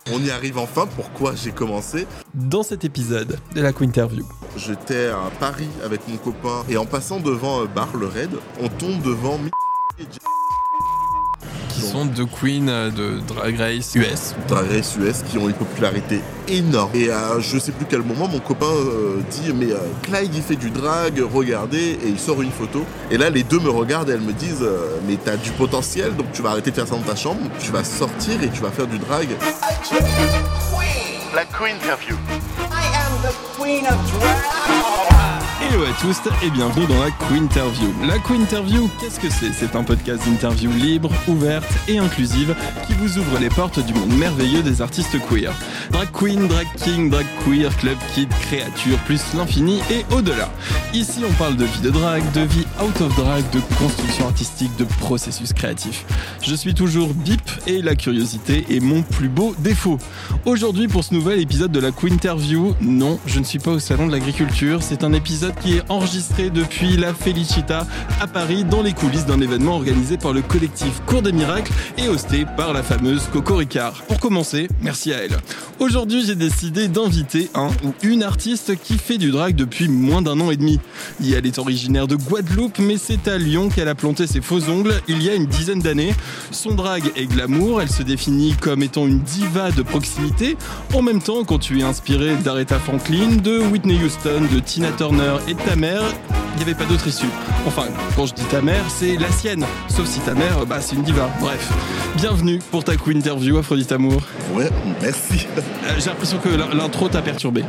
On y arrive enfin, pourquoi j'ai commencé. Dans cet épisode de la Quinterview. J'étais à Paris avec mon copain et en passant devant Bar le Raid, on tombe devant qui sont deux queens de Drag Race US. Drag Race US qui ont une popularité énorme. Et à je sais plus quel moment, mon copain dit mais Clyde il fait du drag, regardez, et il sort une photo. Et là les deux me regardent et elles me disent mais t'as du potentiel, donc tu vas arrêter de faire ça dans ta chambre, tu vas sortir et tu vas faire du drag. La Quinterview. I am the queen of drag. Hello à tous et bienvenue dans la Quinterview. La Quinterview, qu'est-ce que c'est ? C'est un podcast d'interview libre, ouverte et inclusive qui vous ouvre les portes du monde merveilleux des artistes queer. Drag queen, drag king, drag queer, club kid, créature, plus l'infini et au-delà. Ici on parle de vie de drag, de vie out of drag, de construction artistique, de processus créatif. Je suis toujours Bip et la curiosité est mon plus beau défaut. Aujourd'hui pour ce nouvel épisode de la Quinterview, non, je ne suis pas au salon de l'agriculture, c'est un épisode qui est enregistré depuis la Felicita à Paris dans les coulisses d'un événement organisé par le collectif Cours des Miracles et hosté par la fameuse Coco Ricard. Pour commencer, merci à elle. Aujourd'hui, j'ai décidé d'inviter un ou une artiste qui fait du drag depuis moins d'1 an et demi. Elle est originaire de Guadeloupe, mais c'est à Lyon qu'elle a planté ses faux ongles il y a une dizaine d'années. Son drag est glamour, elle se définit comme étant une diva de proximité. En même temps, quand tu es inspiré d'Aretha Franklin, de Whitney Houston, de Tina Turner et de ta mère, il n'y avait pas d'autre issue. Enfin, quand je dis ta mère, c'est la sienne. Sauf si ta mère, c'est une diva. Bref. Bienvenue pour ta Quinterview, Aphrodite Amour. Ouais, merci. J'ai l'impression que l'intro t'a perturbé.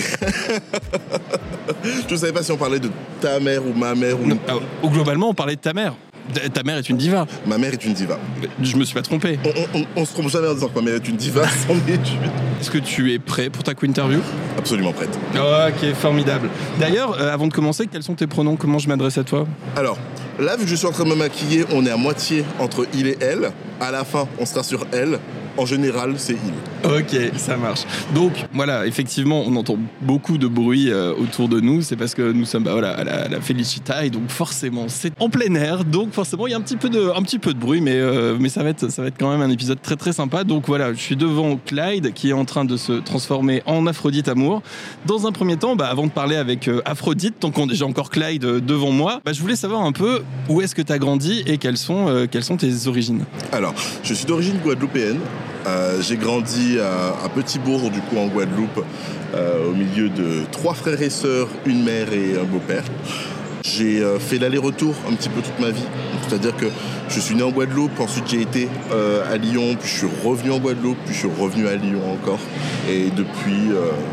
Je savais pas si on parlait de ta mère ou ma mère ou... Non, globalement, on parlait de ta mère. Ta mère est une diva. Ma mère est une diva. Je me suis pas trompé. On se trompe jamais en disant que ma mère est une diva, c'en est une. Est-ce que tu es prêt pour ta Quinterview ? Absolument prête. Ok, formidable. D'ailleurs, avant de commencer, quels sont tes pronoms ? Comment je m'adresse à toi ? Alors, là, vu que je suis en train de me maquiller, on est à moitié entre il et elle. À la fin, on sera sur elle. En général, c'est il. Ok, ça marche. Donc, voilà, effectivement, on entend beaucoup de bruit autour de nous. C'est parce que nous sommes à la Felicita et donc forcément, c'est en plein air. Donc, forcément, il y a un petit peu de bruit, mais ça va être quand même un épisode très très sympa. Donc voilà, je suis devant Clyde qui est en train de se transformer en Aphrodite Amour. Dans un premier temps, avant de parler avec Aphrodite, tant qu'on a déjà encore Clyde devant moi, je voulais savoir un peu où est-ce que tu as grandi et quelles sont tes origines. Alors, je suis d'origine guadeloupéenne. J'ai grandi à Petit-Bourg, du coup en Guadeloupe, au milieu de 3 frères et sœurs, une mère et un beau-père. J'ai fait l'aller-retour un petit peu toute ma vie. C'est-à-dire que je suis né en Guadeloupe, ensuite j'ai été à Lyon, puis je suis revenu en Guadeloupe, puis je suis revenu à Lyon encore. Et depuis,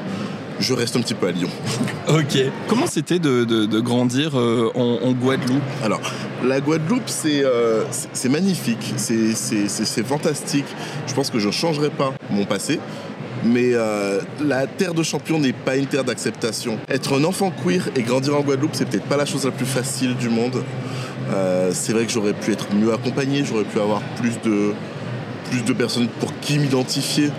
je reste un petit peu à Lyon. Ok. Comment c'était de grandir en Guadeloupe ? Alors, la Guadeloupe, c'est magnifique, c'est fantastique. Je pense que je ne changerai pas mon passé. Mais la terre de champion n'est pas une terre d'acceptation. Être un enfant queer et grandir en Guadeloupe, c'est peut-être pas la chose la plus facile du monde. C'est vrai que j'aurais pu être mieux accompagné, j'aurais pu avoir plus de personnes pour qui m'identifier.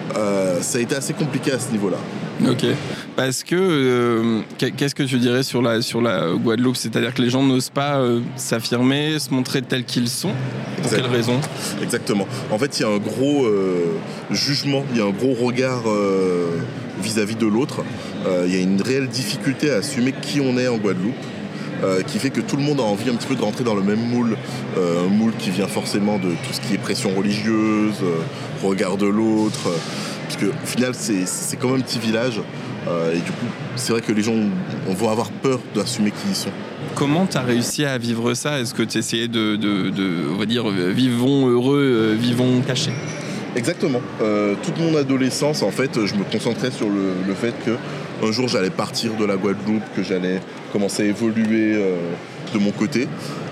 Ça a été assez compliqué à ce niveau-là. Ok. Parce que qu'est-ce que tu dirais sur la Guadeloupe ? C'est-à-dire que les gens n'osent pas s'affirmer, se montrer tels qu'ils sont. Pour quelle raison ? Exactement. En fait, il y a un gros jugement, il y a un gros regard vis-à-vis de l'autre. Il y a une réelle difficulté à assumer qui on est en Guadeloupe. Qui fait que tout le monde a envie un petit peu de rentrer dans le même moule. Un moule qui vient forcément de tout ce qui est pression religieuse, regard de l'autre. Parce qu'au final, c'est comme un petit village. Et du coup, c'est vrai que les gens vont avoir peur d'assumer qui ils sont. Comment tu as réussi à vivre ça ? Est-ce que tu essayais de, on va dire, vivons heureux, vivons cachés ? Exactement. Toute mon adolescence, en fait, je me concentrais sur le fait qu'un jour, j'allais partir de la Guadeloupe, que j'allais commencer à évoluer de mon côté.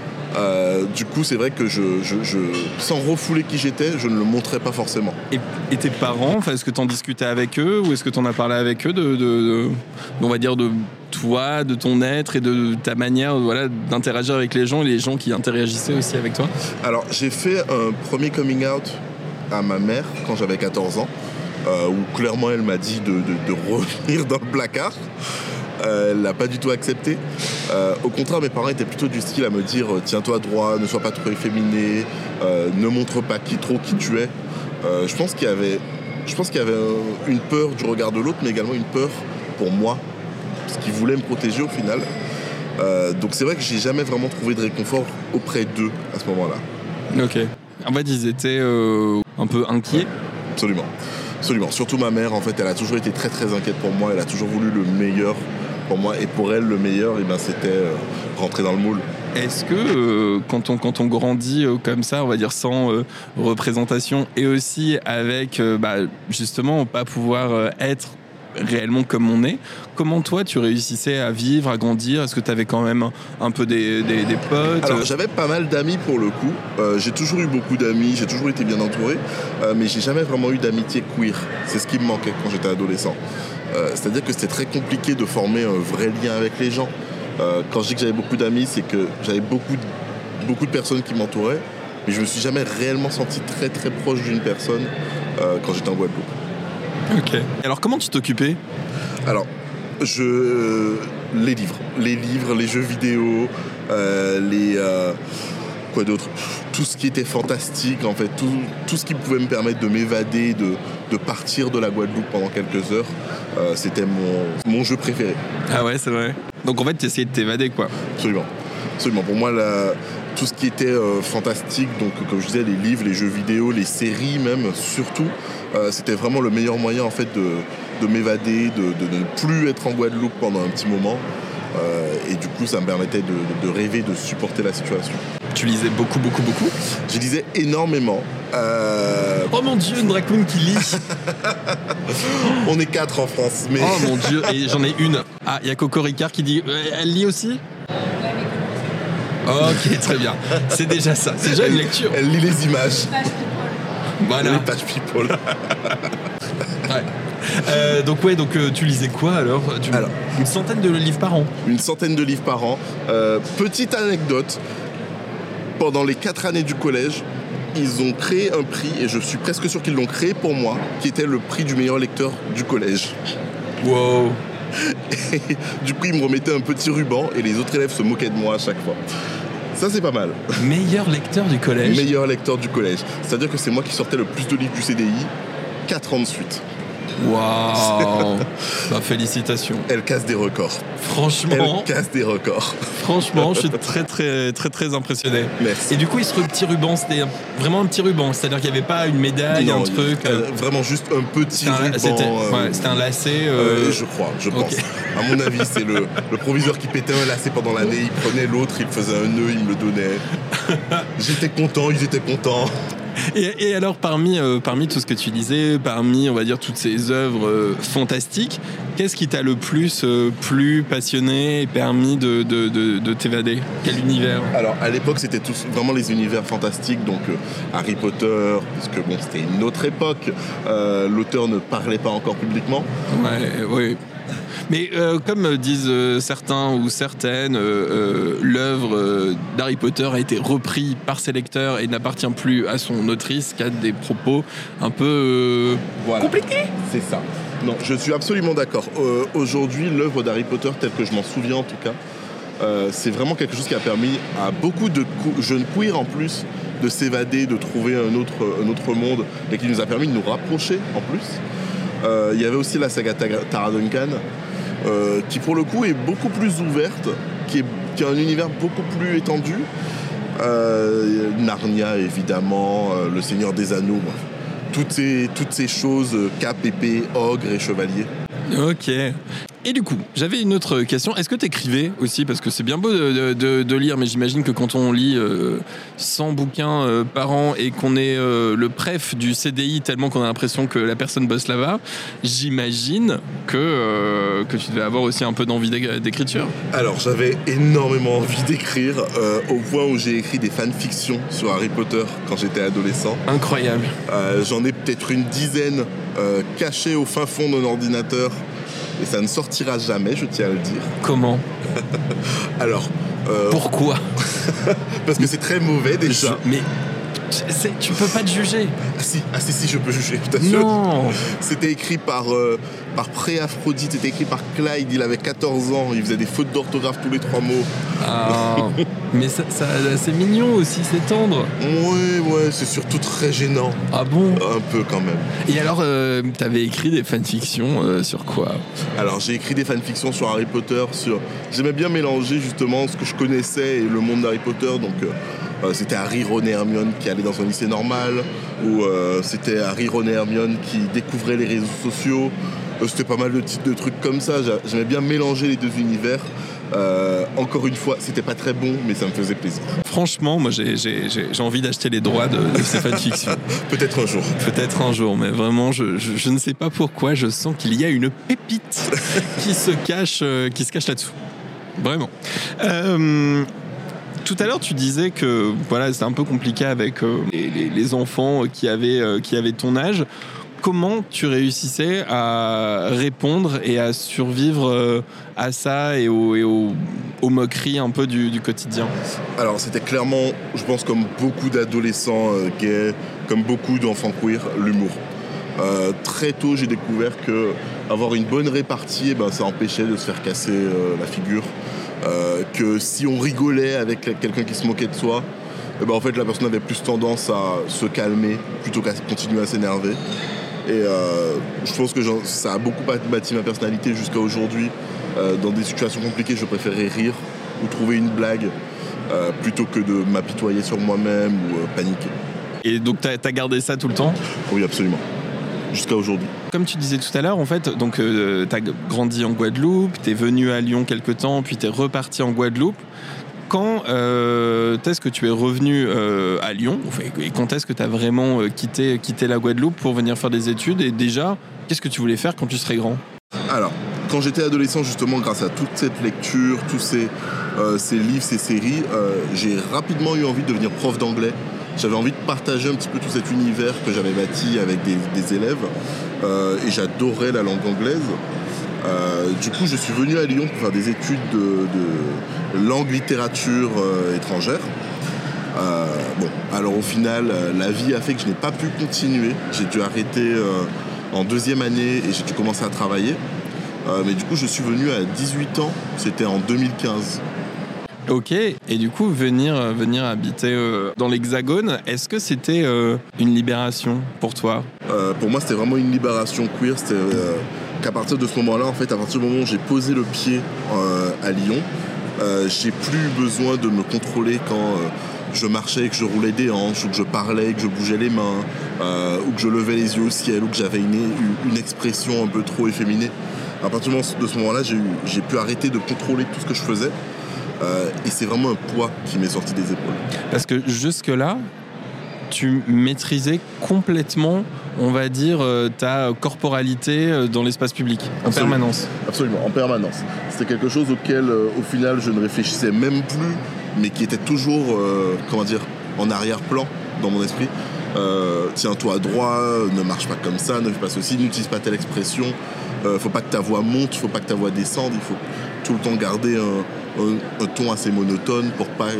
Du coup, c'est vrai que je sans refouler qui j'étais, je ne le montrais pas forcément. Et tes parents, est-ce que tu en discutais avec eux ou est-ce que tu en as parlé avec eux on va dire, de toi, de ton être et de ta manière d'interagir avec les gens et les gens qui interagissaient aussi avec toi ? Alors, j'ai fait un premier coming out à ma mère quand j'avais 14 ans, où clairement elle m'a dit de revenir dans le placard. Elle l'a pas du tout accepté. Au contraire, mes parents étaient plutôt du style à me dire tiens-toi droit, ne sois pas trop efféminé, ne montre pas qui tu es. Je pense qu'il y avait Je pense qu'il y avait une peur du regard de l'autre, mais également une peur pour moi, parce qu'il voulait me protéger au final. Donc c'est vrai que j'ai jamais vraiment trouvé de réconfort auprès d'eux à ce moment-là. Ok. En fait, ils étaient un peu inquiets. Absolument. Absolument. Surtout ma mère, en fait, elle a toujours été très très inquiète pour moi. Elle a toujours voulu le meilleur pour moi. Et pour elle, le meilleur, c'était rentrer dans le moule. Est-ce que quand on grandit comme ça, on va dire sans représentation, et aussi avec justement pas pouvoir être réellement comme on est, comment toi tu réussissais à vivre, à grandir? Est-ce que tu avais quand même un peu des potes? Alors j'avais pas mal d'amis pour le coup, j'ai toujours eu beaucoup d'amis, j'ai toujours été bien entouré, mais j'ai jamais vraiment eu d'amitié queer. C'est ce qui me manquait quand j'étais adolescent. C'est-à-dire que c'était très compliqué de former un vrai lien avec les gens. Quand je dis que j'avais beaucoup d'amis, c'est que j'avais beaucoup de personnes qui m'entouraient, mais je me suis jamais réellement senti très très proche d'une personne quand j'étais en Guadeloupe. Ok. Alors comment tu t'occupais? Alors, les livres, les jeux vidéo, quoi d'autre? Tout ce qui était fantastique, en fait, tout ce qui pouvait me permettre de m'évader, de partir de la Guadeloupe pendant quelques heures, c'était mon jeu préféré. Ah ouais, c'est vrai. Donc en fait, tu essayais de t'évader, quoi. Absolument. Absolument. Pour moi, tout ce qui était fantastique, donc comme je disais, les livres, les jeux vidéo, les séries même, surtout, c'était vraiment le meilleur moyen en fait de m'évader, de ne plus être en Guadeloupe pendant un petit moment. Et du coup, ça me permettait de rêver, de supporter la situation. Tu lisais beaucoup? Je lisais énormément. Oh mon Dieu, une drag queen qui lit. On est 4 en France, mais... Oh mon Dieu, et j'en ai une. Ah, il y a Coco Ricard qui dit... Elle lit aussi? Ok, très bien. C'est déjà ça. C'est déjà une lecture. Elle lit les images. Voilà. Les pages people. Ouais. Donc tu lisais quoi alors? Une centaine de livres par an. Une centaine de livres par an. Petite anecdote. Pendant les 4 années du collège, ils ont créé un prix, et je suis presque sûr qu'ils l'ont créé pour moi, qui était le prix du meilleur lecteur du collège. Wow. Et du coup, ils me remettaient un petit ruban et les autres élèves se moquaient de moi à chaque fois. Ça, c'est pas mal. Meilleur lecteur du collège. Meilleur lecteur du collège. C'est-à-dire que c'est moi qui sortais le plus de livres du CDI 4 ans de suite. Waouh. Bah, félicitations. Elle casse des records. Franchement. Elle casse des records. Franchement, je suis très très très très impressionné. Merci. Et du coup, ce petit ruban, c'était vraiment un petit ruban. C'est-à-dire qu'il n'y avait pas une médaille, non, un truc. Vraiment juste un petit ruban. C'était un lacet. Je pense. Okay. À mon avis, c'est le proviseur qui pétait un lacet pendant l'année. Il prenait l'autre, il faisait un nœud, il me le donnait. J'étais content, ils étaient contents. Et alors, parmi tout ce que tu disais, parmi, on va dire, toutes ces œuvres fantastiques, qu'est-ce qui t'a le plus passionné et permis de t'évader? Quel univers? Alors, à l'époque, c'était tous vraiment les univers fantastiques, donc Harry Potter, puisque bon, c'était une autre époque, l'auteur ne parlait pas encore publiquement. Ouais, oui. Mais comme disent certains ou certaines, l'œuvre d'Harry Potter a été reprise par ses lecteurs et n'appartient plus à son autrice, qui a des propos un peu compliqués. C'est ça. Non, je suis absolument d'accord. Aujourd'hui, l'œuvre d'Harry Potter, telle que je m'en souviens en tout cas, c'est vraiment quelque chose qui a permis à beaucoup de jeunes queers en plus de s'évader, de trouver un autre monde, et qui nous a permis de nous rapprocher en plus. Il y avait aussi la saga Tara Duncan, qui pour le coup est beaucoup plus ouverte, qui a un univers beaucoup plus étendu. Narnia évidemment, Le Seigneur des Anneaux, toutes ces choses, cap, épée, ogre et chevalier. Ok. Et du coup, j'avais une autre question. Est-ce que tu écrivais aussi? Parce que c'est bien beau de lire, mais j'imagine que quand on lit 100 bouquins par an et qu'on est le préf du CDI tellement qu'on a l'impression que la personne bosse là-bas, j'imagine que tu devais avoir aussi un peu d'envie d'écriture. Alors, j'avais énormément envie d'écrire, au point où j'ai écrit des fanfictions sur Harry Potter quand j'étais adolescent. Incroyable. J'en ai peut-être une dizaine cachées au fin fond d'un ordinateur. Et ça ne sortira jamais, je tiens à le dire. Comment? Alors... Pourquoi? Parce que c'est très mauvais déjà. Mais Tu peux pas te juger. Ah si, je peux juger, je t'assure. Non. C'était écrit par Pré-Aphrodite, c'était écrit par Clyde, il avait 14 ans, il faisait des fautes d'orthographe tous les 3 mots. Ah, mais ça, c'est mignon aussi, c'est tendre. Ouais, c'est surtout très gênant. Ah bon? Un peu quand même. Et alors, t'avais écrit des fanfictions sur quoi? Alors j'ai écrit des fanfictions sur Harry Potter, j'aimais bien mélanger justement ce que je connaissais et le monde d'Harry Potter, donc c'était Harry, Ron et Hermione qui allaient dans un lycée normal, ou c'était Harry, Ron et Hermione qui découvraient les réseaux sociaux. C'était pas mal de titres de trucs comme ça, j'aimais bien mélanger les deux univers. Encore une fois, c'était pas très bon, mais ça me faisait plaisir. Franchement, moi j'ai envie d'acheter les droits de ces fanfictions. Peut-être un jour, mais vraiment, je ne sais pas pourquoi, je sens qu'il y a une pépite qui se cache là-dessous. Vraiment. Tout à l'heure, tu disais que voilà, c'était un peu compliqué avec les enfants qui avaient ton âge. Comment tu réussissais à répondre et à survivre à ça et aux moqueries un peu du quotidien? Alors c'était clairement, je pense comme beaucoup d'adolescents gays, comme beaucoup d'enfants queer, l'humour. Très tôt j'ai découvert que avoir une bonne répartie, ça empêchait de se faire casser la figure. Que si on rigolait avec quelqu'un qui se moquait de soi, en fait la personne avait plus tendance à se calmer plutôt qu'à continuer à s'énerver. Et je pense que ça a beaucoup bâti ma personnalité jusqu'à aujourd'hui. Dans des situations compliquées, je préférais rire ou trouver une blague plutôt que de m'apitoyer sur moi-même ou paniquer. Et donc t'as gardé ça tout le temps? Oui, absolument. Jusqu'à aujourd'hui. Comme tu disais tout à l'heure, en fait, donc t'as grandi en Guadeloupe, t'es venu à Lyon quelque temps, puis t'es reparti en Guadeloupe. Quand est-ce que tu es revenu à Lyon, et quand est-ce que tu as vraiment quitté la Guadeloupe pour venir faire des études? Et déjà, qu'est-ce que tu voulais faire quand tu serais grand? Alors, quand j'étais adolescent, justement, grâce à toute cette lecture, tous ces livres, ces séries, j'ai rapidement eu envie de devenir prof d'anglais. J'avais envie de partager un petit peu tout cet univers que j'avais bâti avec des élèves. Et j'adorais la langue anglaise. Du coup, je suis venu à Lyon pour faire des études de langue, littérature étrangère. Alors au final, la vie a fait que je n'ai pas pu continuer. J'ai dû arrêter en 2e année et j'ai dû commencer à travailler. Mais du coup, je suis venu à 18 ans, c'était en 2015. Ok, et du coup, venir habiter dans l'Hexagone, est-ce que c'était une libération pour toi? Pour moi, c'était vraiment une libération queer. C'était qu'à partir de ce moment-là, en fait, à partir du moment où j'ai posé le pied à Lyon, j'ai plus besoin de me contrôler quand je marchais et que je roulais des hanches, ou que je parlais et que je bougeais les mains, ou que je levais les yeux au ciel, ou que j'avais une expression un peu trop efféminée. À partir de ce moment-là, j'ai pu arrêter de contrôler tout ce que je faisais. Et c'est vraiment un poids qui m'est sorti des épaules. Parce que jusque-là, tu maîtrisais complètement, on va dire, ta corporalité dans l'espace public, en permanence. Absolument, en permanence. C'était quelque chose auquel, au final, je ne réfléchissais même plus, mais qui était toujours, en arrière-plan dans mon esprit. Tiens-toi droit, ne marche pas comme ça, ne fais pas ceci, n'utilise pas telle expression. Faut pas que ta voix monte, faut pas que ta voix descende. Il faut tout le temps garder un ton assez monotone pour pas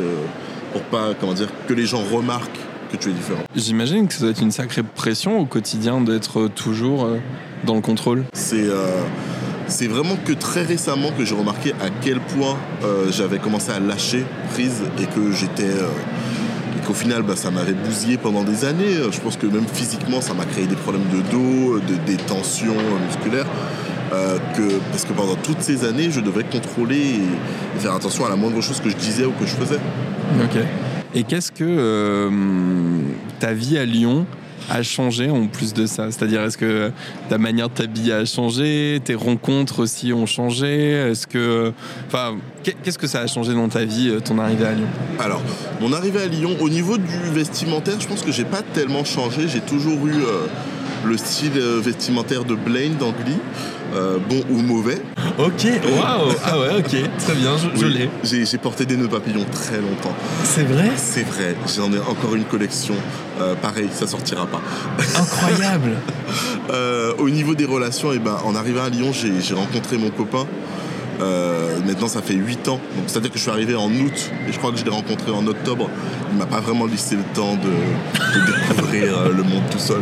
que les gens remarquent que tu es différent. J'imagine que ça doit être une sacrée pression au quotidien d'être toujours dans le contrôle. C'est vraiment que très récemment que j'ai remarqué à quel point j'avais commencé à lâcher prise et que qu'au final ça m'avait bousillé pendant des années. Je pense que même physiquement ça m'a créé des problèmes de dos, des tensions musculaires. Parce que pendant toutes ces années, je devais contrôler et faire attention à la moindre chose que je disais ou que je faisais. Ok. Et qu'est-ce que ta vie à Lyon a changé en plus de ça? C'est-à-dire, est-ce que ta manière de t'habiller a changé? Tes rencontres aussi ont changé? Qu'est-ce que ça a changé dans ta vie, ton arrivée à Lyon? Alors, mon arrivée à Lyon, au niveau du vestimentaire, je pense que j'ai pas tellement changé. J'ai toujours eu le style vestimentaire de Blaine dans Glee. Bon ou mauvais. Ok, waouh. Ah ouais, ok, très bien, je l'ai. J'ai porté des nœuds papillons très longtemps. C'est vrai? C'est vrai, j'en ai encore une collection. Pareil, ça sortira pas. Incroyable. Au niveau des relations, en arrivant à Lyon, j'ai rencontré mon copain. Maintenant, ça fait 8 ans. Donc, c'est-à-dire que je suis arrivé en août et je crois que je l'ai rencontré en octobre. Il ne m'a pas vraiment laissé le temps de découvrir le monde tout seul.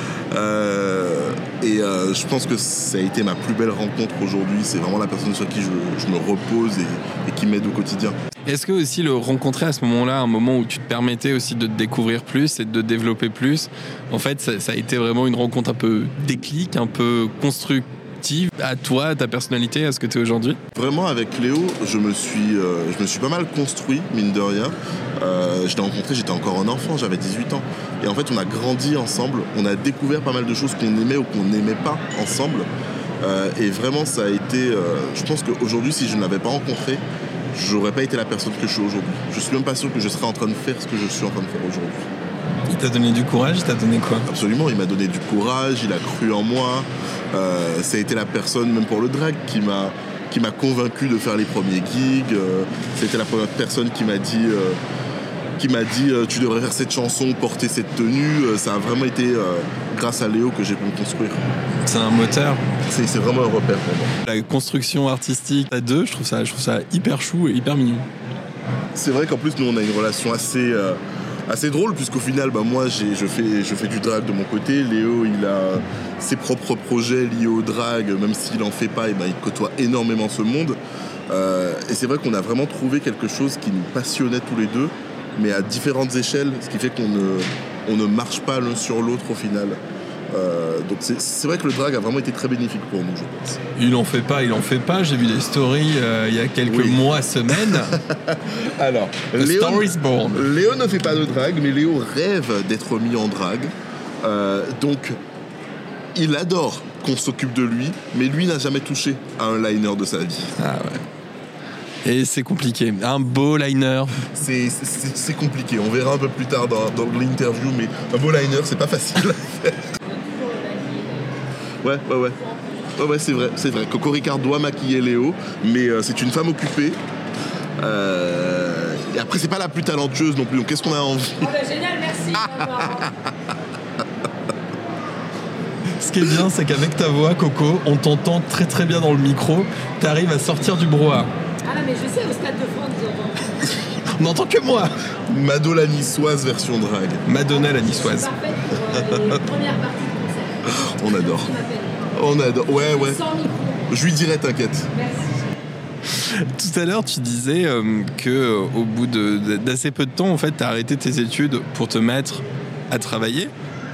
Je pense que ça a été ma plus belle rencontre aujourd'hui. C'est vraiment la personne sur qui je me repose et qui m'aide au quotidien. Est-ce que aussi le rencontrer à ce moment-là, un moment où tu te permettais aussi de te découvrir plus et de te développer plus, en fait, ça a été vraiment une rencontre un peu déclic, un peu constructive à toi, à ta personnalité, à ce que tu es aujourd'hui? Vraiment, avec Léo, je me suis pas mal construit, mine de rien. Je l'ai rencontré, j'étais encore un enfant, j'avais 18 ans. Et en fait, on a grandi ensemble, on a découvert pas mal de choses qu'on aimait ou qu'on n'aimait pas ensemble. Et vraiment, ça a été... je pense qu'aujourd'hui, si je ne l'avais pas rencontré, j'aurais pas été la personne que je suis aujourd'hui. Je suis même pas sûr que je serais en train de faire ce que je suis en train de faire aujourd'hui. Il t'a donné du courage, il t'a donné quoi? Absolument, il m'a donné du courage, il a cru en moi. Ça a été la personne, même pour le drag, qui m'a convaincu de faire les premiers gigs. C'était la première personne qui m'a dit tu devrais faire cette chanson, porter cette tenue. Ça a vraiment été grâce à Léo que j'ai pu me construire. C'est un moteur. C'est vraiment un repère pour moi. La construction artistique à deux, je trouve ça hyper chou et hyper mignon. C'est vrai qu'en plus nous on a une relation assez drôle, puisqu'au final moi je fais du drag de mon côté. Léo il a ses propres projets liés au drag, même s'il en fait pas, il côtoie énormément ce monde. Et c'est vrai qu'on a vraiment trouvé quelque chose qui nous passionnait tous les deux, mais à différentes échelles, ce qui fait qu'on ne marche pas l'un sur l'autre au final. Donc c'est vrai que le drag a vraiment été très bénéfique pour nous, je pense. Il en fait pas, j'ai vu des stories il y a quelques mois, semaines. Alors, Léo ne fait pas de drag, mais Léo rêve d'être mis en drag. Donc, il adore qu'on s'occupe de lui, mais lui n'a jamais touché à un liner de sa vie. Ah ouais. Et c'est compliqué. Un beau liner. C'est compliqué. On verra un peu plus tard dans l'interview, mais un beau liner, c'est pas facile à faire. Ouais, c'est vrai. Coco Ricard doit maquiller Léo, mais c'est une femme occupée. Et après, c'est pas la plus talentueuse non plus. Donc, qu'est-ce qu'on a envie? Oh bah génial, merci. Ce qui est bien, c'est qu'avec ta voix, Coco, on t'entend très très bien dans le micro. T'arrives à sortir du brouhaha. Ah non, mais je sais, au Stade de France, on n'entend que moi. Mado la niçoise version drag. Madonna la niçoise. parfaite pour les premières parties de concert. On adore. On adore. Ouais. Sans micro. Je lui dirai, t'inquiète. Merci. Tout à l'heure, tu disais que au bout d'assez peu de temps, en fait, t'as arrêté tes études pour te mettre à travailler.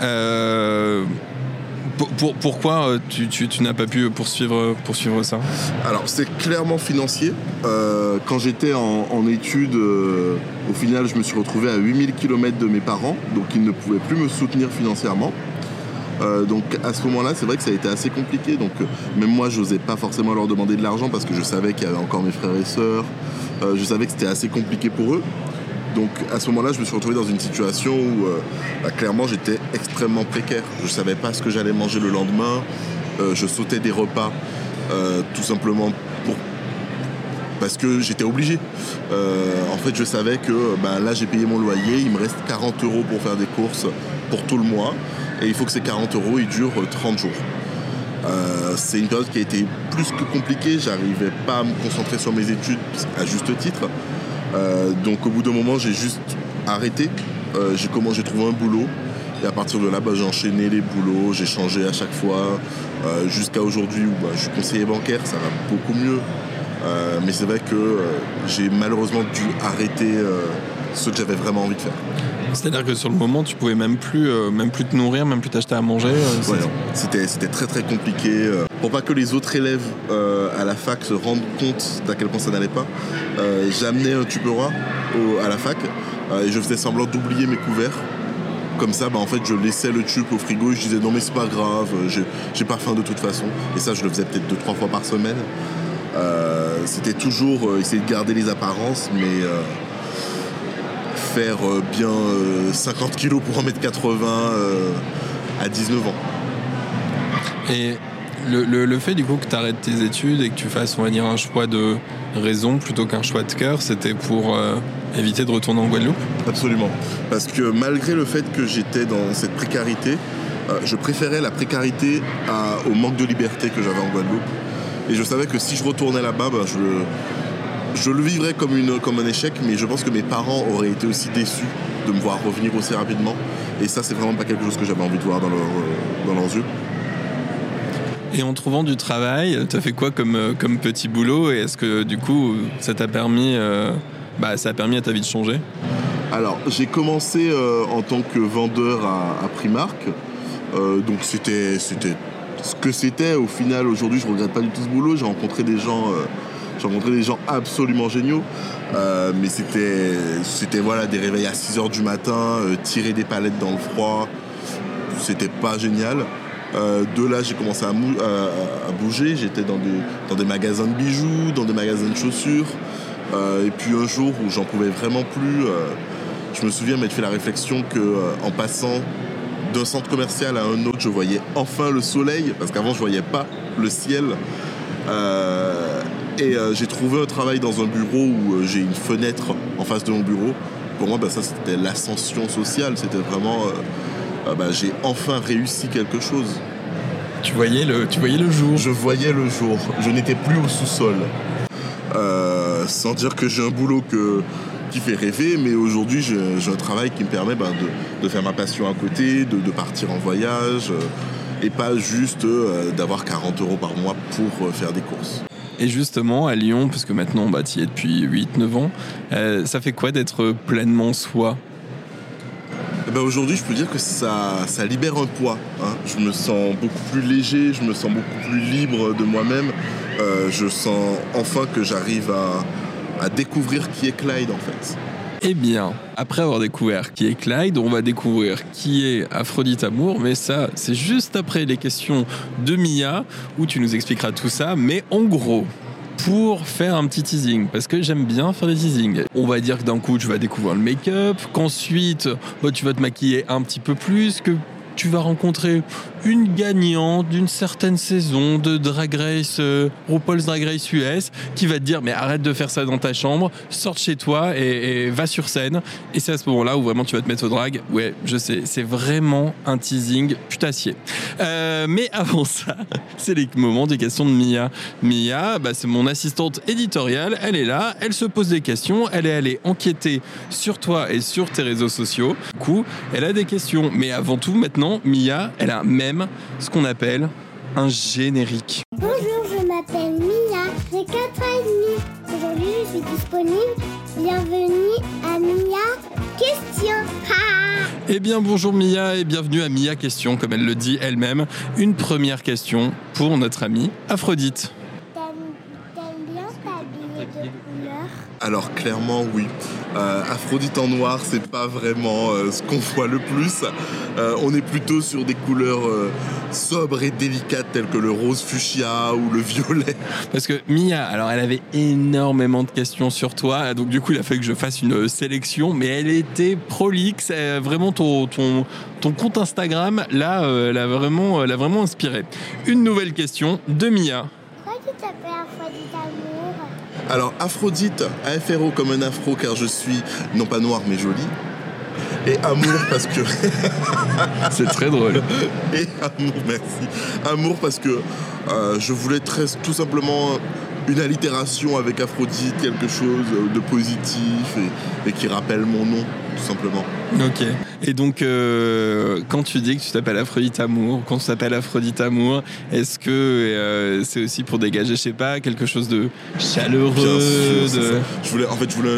Pourquoi tu n'as pas pu poursuivre ça? Alors, c'est clairement financier. Quand j'étais en études, au final, je me suis retrouvé à 8000 km de mes parents, donc ils ne pouvaient plus me soutenir financièrement. Donc à ce moment-là, c'est vrai que ça a été assez compliqué. Donc même moi, je n'osais pas forcément leur demander de l'argent parce que je savais qu'il y avait encore mes frères et sœurs. Je savais que c'était assez compliqué pour eux. Donc à ce moment-là, je me suis retrouvé dans une situation où clairement j'étais extrêmement précaire. Je ne savais pas ce que j'allais manger le lendemain. Je sautais des repas tout simplement parce que j'étais obligé. En fait, je savais que là, j'ai payé mon loyer, il me reste 40 € pour faire des courses pour tout le mois. Et il faut que ces 40 € ils durent 30 jours. C'est une période qui a été plus que compliquée. J'arrivais pas à me concentrer sur mes études à juste titre. Donc au bout d'un moment, j'ai juste arrêté. J'ai trouvé un boulot. Et à partir de là, j'ai enchaîné les boulots. J'ai changé à chaque fois. Jusqu'à aujourd'hui où je suis conseiller bancaire, ça va beaucoup mieux. Mais c'est vrai que j'ai malheureusement dû arrêter ce que j'avais vraiment envie de faire. C'est-à-dire que sur le moment, tu pouvais même plus te nourrir, même plus t'acheter à manger. Ouais, c'était très très compliqué. Pour pas que les autres élèves à la fac se rendent compte d'à quel point ça n'allait pas, j'amenais un Tupperware à la fac et je faisais semblant d'oublier mes couverts. Comme ça, en fait, je laissais le tube au frigo et je disais non mais c'est pas grave, j'ai pas faim de toute façon. Et ça, je le faisais peut-être 2-3 fois par semaine. C'était toujours essayer de garder les apparences, mais faire bien 50 kilos pour 1m80 à 19 ans. Et le fait du coup que tu arrêtes tes études et que tu fasses, on va dire, un choix de raison plutôt qu'un choix de cœur, c'était pour éviter de retourner en Guadeloupe? Absolument. Parce que malgré le fait que j'étais dans cette précarité, je préférais la précarité au manque de liberté que j'avais en Guadeloupe. Et je savais que si je retournais là-bas, je le vivrais comme un échec, mais je pense que mes parents auraient été aussi déçus de me voir revenir aussi rapidement. Et ça, c'est vraiment pas quelque chose que j'avais envie de voir dans leurs yeux. Et en trouvant du travail, t'as fait quoi comme petit boulot? Et est-ce que du coup, ça t'a permis, ça a permis à ta vie de changer? Alors, j'ai commencé en tant que vendeur à Primark. Donc c'était ce que c'était. Au final, aujourd'hui, je regrette pas du tout ce boulot. J'ai rencontré des gens absolument géniaux. Mais c'était voilà, des réveils à 6h du matin, tirer des palettes dans le froid. C'était pas génial. De là, j'ai commencé à bouger. J'étais dans des magasins de bijoux, dans des magasins de chaussures. Et puis un jour où j'en pouvais vraiment plus, je me souviens m'être fait la réflexion qu'en passant d'un centre commercial à un autre, je voyais enfin le soleil, parce qu'avant je voyais pas le ciel. J'ai trouvé un travail dans un bureau où j'ai une fenêtre en face de mon bureau. Pour moi, ça c'était l'ascension sociale. C'était vraiment... j'ai enfin réussi quelque chose. Tu voyais le jour. Je voyais le jour. Je n'étais plus au sous-sol. Sans dire que j'ai un boulot qui fait rêver, mais aujourd'hui j'ai un travail qui me permet de faire ma passion à côté, de partir en voyage, et pas juste d'avoir 40 € par mois pour faire des courses. Et justement, à Lyon, parce que maintenant tu y es depuis 8-9 ans, ça fait quoi d'être pleinement soi? Aujourd'hui, je peux dire que ça libère un poids. Hein. Je me sens beaucoup plus léger, je me sens beaucoup plus libre de moi-même. Je sens enfin que j'arrive à découvrir qui est Clyde, en fait. Eh bien, après avoir découvert qui est Clyde, on va découvrir qui est Aphrodite Amour, mais ça, c'est juste après les questions de Mia, où tu nous expliqueras tout ça, mais en gros... Pour faire un petit teasing, parce que j'aime bien faire des teasings. On va dire que d'un coup, tu vas découvrir le make-up, qu'ensuite, tu vas te maquiller un petit peu plus, que tu vas rencontrer une gagnante d'une certaine saison de Drag Race, RuPaul's Drag Race US, qui va te dire mais arrête de faire ça dans ta chambre, sors de chez toi et va sur scène. Et c'est à ce moment-là où vraiment tu vas te mettre au drag. Ouais, je sais, c'est vraiment un teasing putassier. Mais avant ça, c'est les moments des questions de Mia. Mia, c'est mon assistante éditoriale, elle est là, elle se pose des questions, elle est allée enquêter sur toi et sur tes réseaux sociaux. Du coup, elle a des questions. Mais avant tout, maintenant, Mia, elle a même ce qu'on appelle un générique. Bonjour, je m'appelle Mia, j'ai 4 ans et demi. Aujourd'hui, je suis disponible. Bienvenue à Mia Question. Eh bien, bonjour Mia et bienvenue à Mia Question, comme elle le dit elle-même. Une première question pour notre amie Aphrodite. T'aimes bien t'habiller de couleur? Alors clairement oui. Aphrodite en noir, c'est pas vraiment ce qu'on voit le plus. On est plutôt sur des couleurs sobres et délicates telles que le rose fuchsia ou le violet. Parce que Mia, alors elle avait énormément de questions sur toi, donc du coup il a fallu que je fasse une sélection, mais elle était prolixe. Vraiment ton compte Instagram là, l'a vraiment inspiré. Une nouvelle question de Mia. Pourquoi tu t'appelles Aphrodite Amour? Alors Aphrodite, AFRO comme un afro car je suis non pas noir mais joli. Et amour parce que... C'est très drôle. Et amour, merci. Amour parce que je voulais tout simplement une allitération avec Aphrodite, quelque chose de positif et qui rappelle mon nom, tout simplement. Ok. Et donc, quand tu dis que tu t'appelles Aphrodite Amour, quand tu t'appelles Aphrodite Amour, est-ce que c'est aussi pour dégager, je sais pas, quelque chose de chaleureux? Bien sûr, je voulais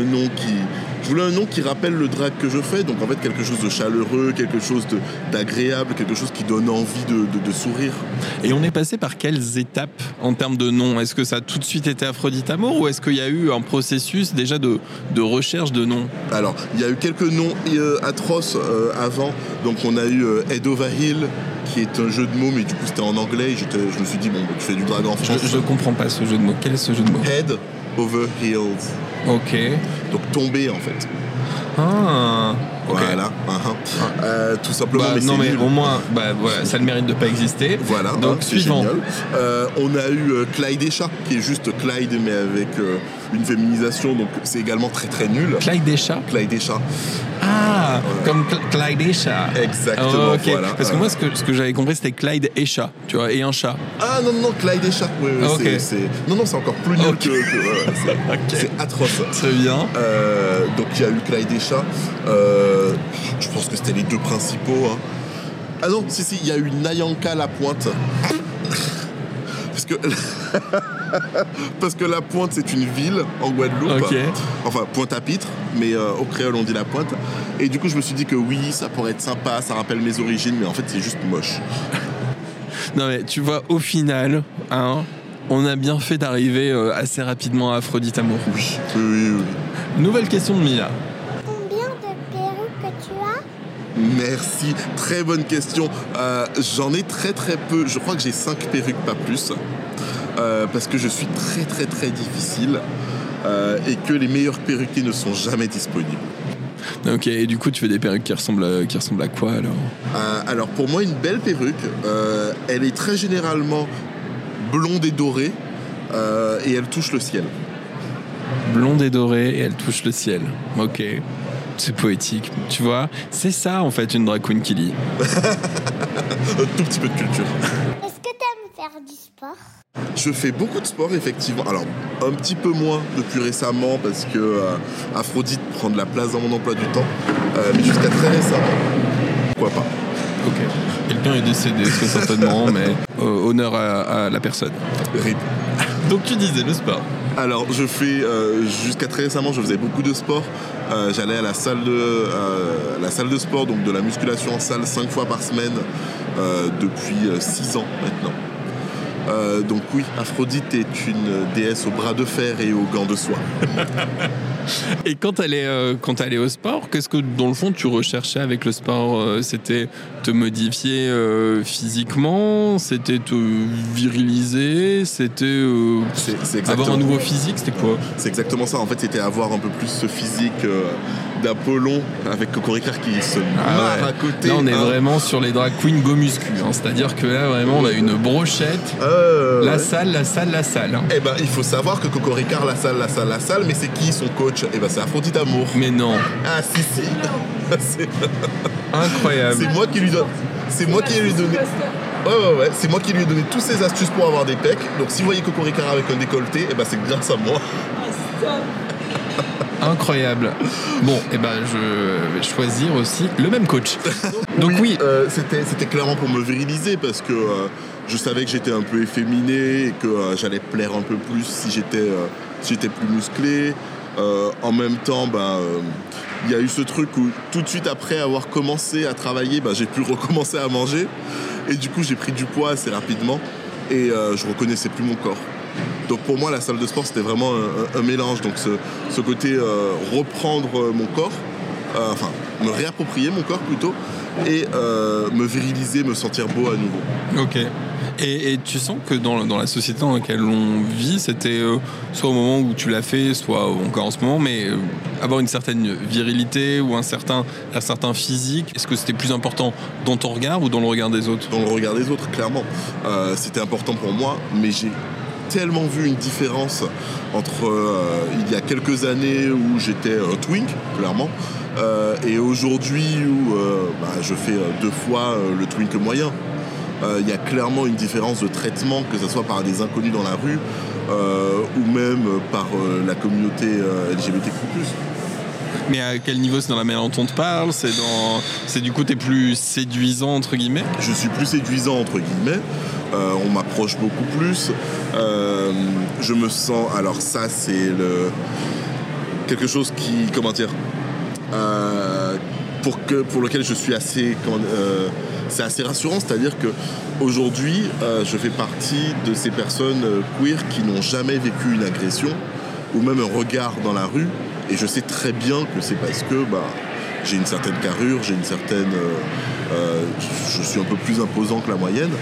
un nom qui rappelle le drag que je fais, donc en fait quelque chose de chaleureux, quelque chose d'agréable, quelque chose qui donne envie de sourire. Et on est passé par quelles étapes en termes de nom? Est-ce que ça a tout de suite été Aphrodite Amour ou est-ce qu'il y a eu un processus déjà de recherche de noms? Alors, il y a eu quelques noms atroces avant. Donc on a eu Head Over Hill, qui est un jeu de mots, mais du coup c'était en anglais. Je me suis dit, tu fais du drag en France. Je comprends pas ce jeu de mots. Quel est ce jeu de mots? Head Over Heels. Ok. Donc tomber en fait. Ah. Okay. Voilà. Tout simplement. Mais non mais nul. au moins, voilà, ça a le mérite de pas exister. Voilà. Donc suivant. On a eu Clyde et Chat, qui est juste Clyde mais avec une féminisation. Donc c'est également très très nul. Clyde et Chat. Clyde et Chat. Ah. Ah, comme Clyde et chat. Exactement, ok. voilà. Parce que moi, ce que j'avais compris, c'était Clyde et chat, tu vois, et un chat. Ah non, Clyde et chat. Oui, Ok. Non, c'est encore plus nul Ok. c'est atroce. Très bien. Donc il y a eu Clyde et chat. Je pense que c'était les deux principaux. Hein. Ah non, si, il y a eu Nayanka La Pointe. Parce que La Pointe, c'est une ville en Guadeloupe. Ok. Enfin, Pointe-à-Pitre, mais au créole, on dit La Pointe. Et du coup, je me suis dit que oui, ça pourrait être sympa, ça rappelle mes origines, mais en fait, c'est juste moche. Non mais tu vois, au final, hein, on a bien fait d'arriver assez rapidement à Aphrodite Amour. Oui. Nouvelle question de Mia. Combien de perruques que tu as? Merci, très bonne question. J'en ai très peu. Je crois que j'ai 5 perruques, pas plus. Parce que je suis très difficile et que les meilleurs perruquiers ne sont jamais disponibles. Ok, et du coup, tu fais des perruques qui ressemblent à quoi alors? Alors pour moi, une belle perruque, elle est très généralement blonde et dorée et elle touche le ciel. Blonde et dorée et elle touche le ciel. Ok. C'est poétique, tu vois. C'est ça en fait une drag queen qui lit. Un tout petit peu de culture. Est-ce que tu aimes faire du sport? Je fais beaucoup de sport effectivement. Alors un petit peu moins depuis récemment parce que Aphrodite prend de la place dans mon emploi du temps. Mais jusqu'à très récemment, pourquoi pas. Ok. Quelqu'un est décédé, très certainement, mais honneur à la personne. RIP. Donc tu disais le sport. Alors je fais jusqu'à très récemment, je faisais beaucoup de sport. J'allais à la salle de sport, donc de la musculation en salle 5 fois par semaine depuis 6 ans maintenant. Donc oui, Aphrodite est une déesse au bras de fer et aux gants de soie. Et quand t'allais au sport, qu'est-ce que dans le fond tu recherchais avec le sport? C'était te modifier physiquement? C'était te viriliser? C'était avoir un nouveau physique? C'était quoi? C'est exactement ça. En fait, c'était avoir un peu plus ce physique d'Apollon avec Cocoricar qui se marre à côté. Là, on est vraiment sur les drag queens go muscu. Hein. C'est-à-dire que là, vraiment, on a une brochette. La salle. Hein. Eh ben, il faut savoir que Cocoricar, la salle, mais c'est qui son coach? Eh ben, c'est Aphrodite Amour. Mais non. Ah, si. C'est incroyable. C'est moi qui lui donne. C'est moi qui lui ai donné. Ouais. C'est moi qui lui ai donné toutes ces astuces pour avoir des pecs. Donc, si vous voyez Cocoricar avec un décolleté, eh ben, c'est grâce à moi. Incroyable. Bon, et ben je vais choisir aussi le même coach. Donc oui. C'était clairement pour me viriliser parce que je savais que j'étais un peu efféminé et que j'allais plaire un peu plus si j'étais plus musclé. En même temps, y a eu ce truc où tout de suite après avoir commencé à travailler, j'ai pu recommencer à manger. Et du coup, j'ai pris du poids assez rapidement et je reconnaissais plus mon corps. Donc pour moi, la salle de sport, c'était vraiment un mélange. Donc ce côté reprendre mon corps, me réapproprier mon corps plutôt, et me viriliser, me sentir beau à nouveau. Ok. Et tu sens que dans la société dans laquelle on vit, c'était soit au moment où tu l'as fait, soit encore en ce moment, mais avoir une certaine virilité ou un certain physique, est-ce que c'était plus important dans ton regard ou dans le regard des autres? Dans le regard des autres, clairement. C'était important pour moi, mais j'ai tellement vu une différence entre il y a quelques années où j'étais un twink, clairement, et aujourd'hui où je fais 2 fois le twink moyen. Il y a clairement une différence de traitement, que ce soit par des inconnus dans la rue ou même par la communauté LGBTQ+. Mais à quel niveau? C'est dans la manière dont on te parle? C'est du coup t'es plus séduisant entre guillemets? Je suis plus séduisant entre guillemets. On m'approche beaucoup plus. Je me sens. Alors ça, c'est quelque chose qui, comment dire, pour lequel je suis assez. C'est assez rassurant, c'est-à-dire que aujourd'hui, je fais partie de ces personnes queer qui n'ont jamais vécu une agression ou même un regard dans la rue. Et je sais très bien que c'est parce que j'ai une certaine carrure, j'ai une certaine... je suis un peu plus imposant que la moyenne.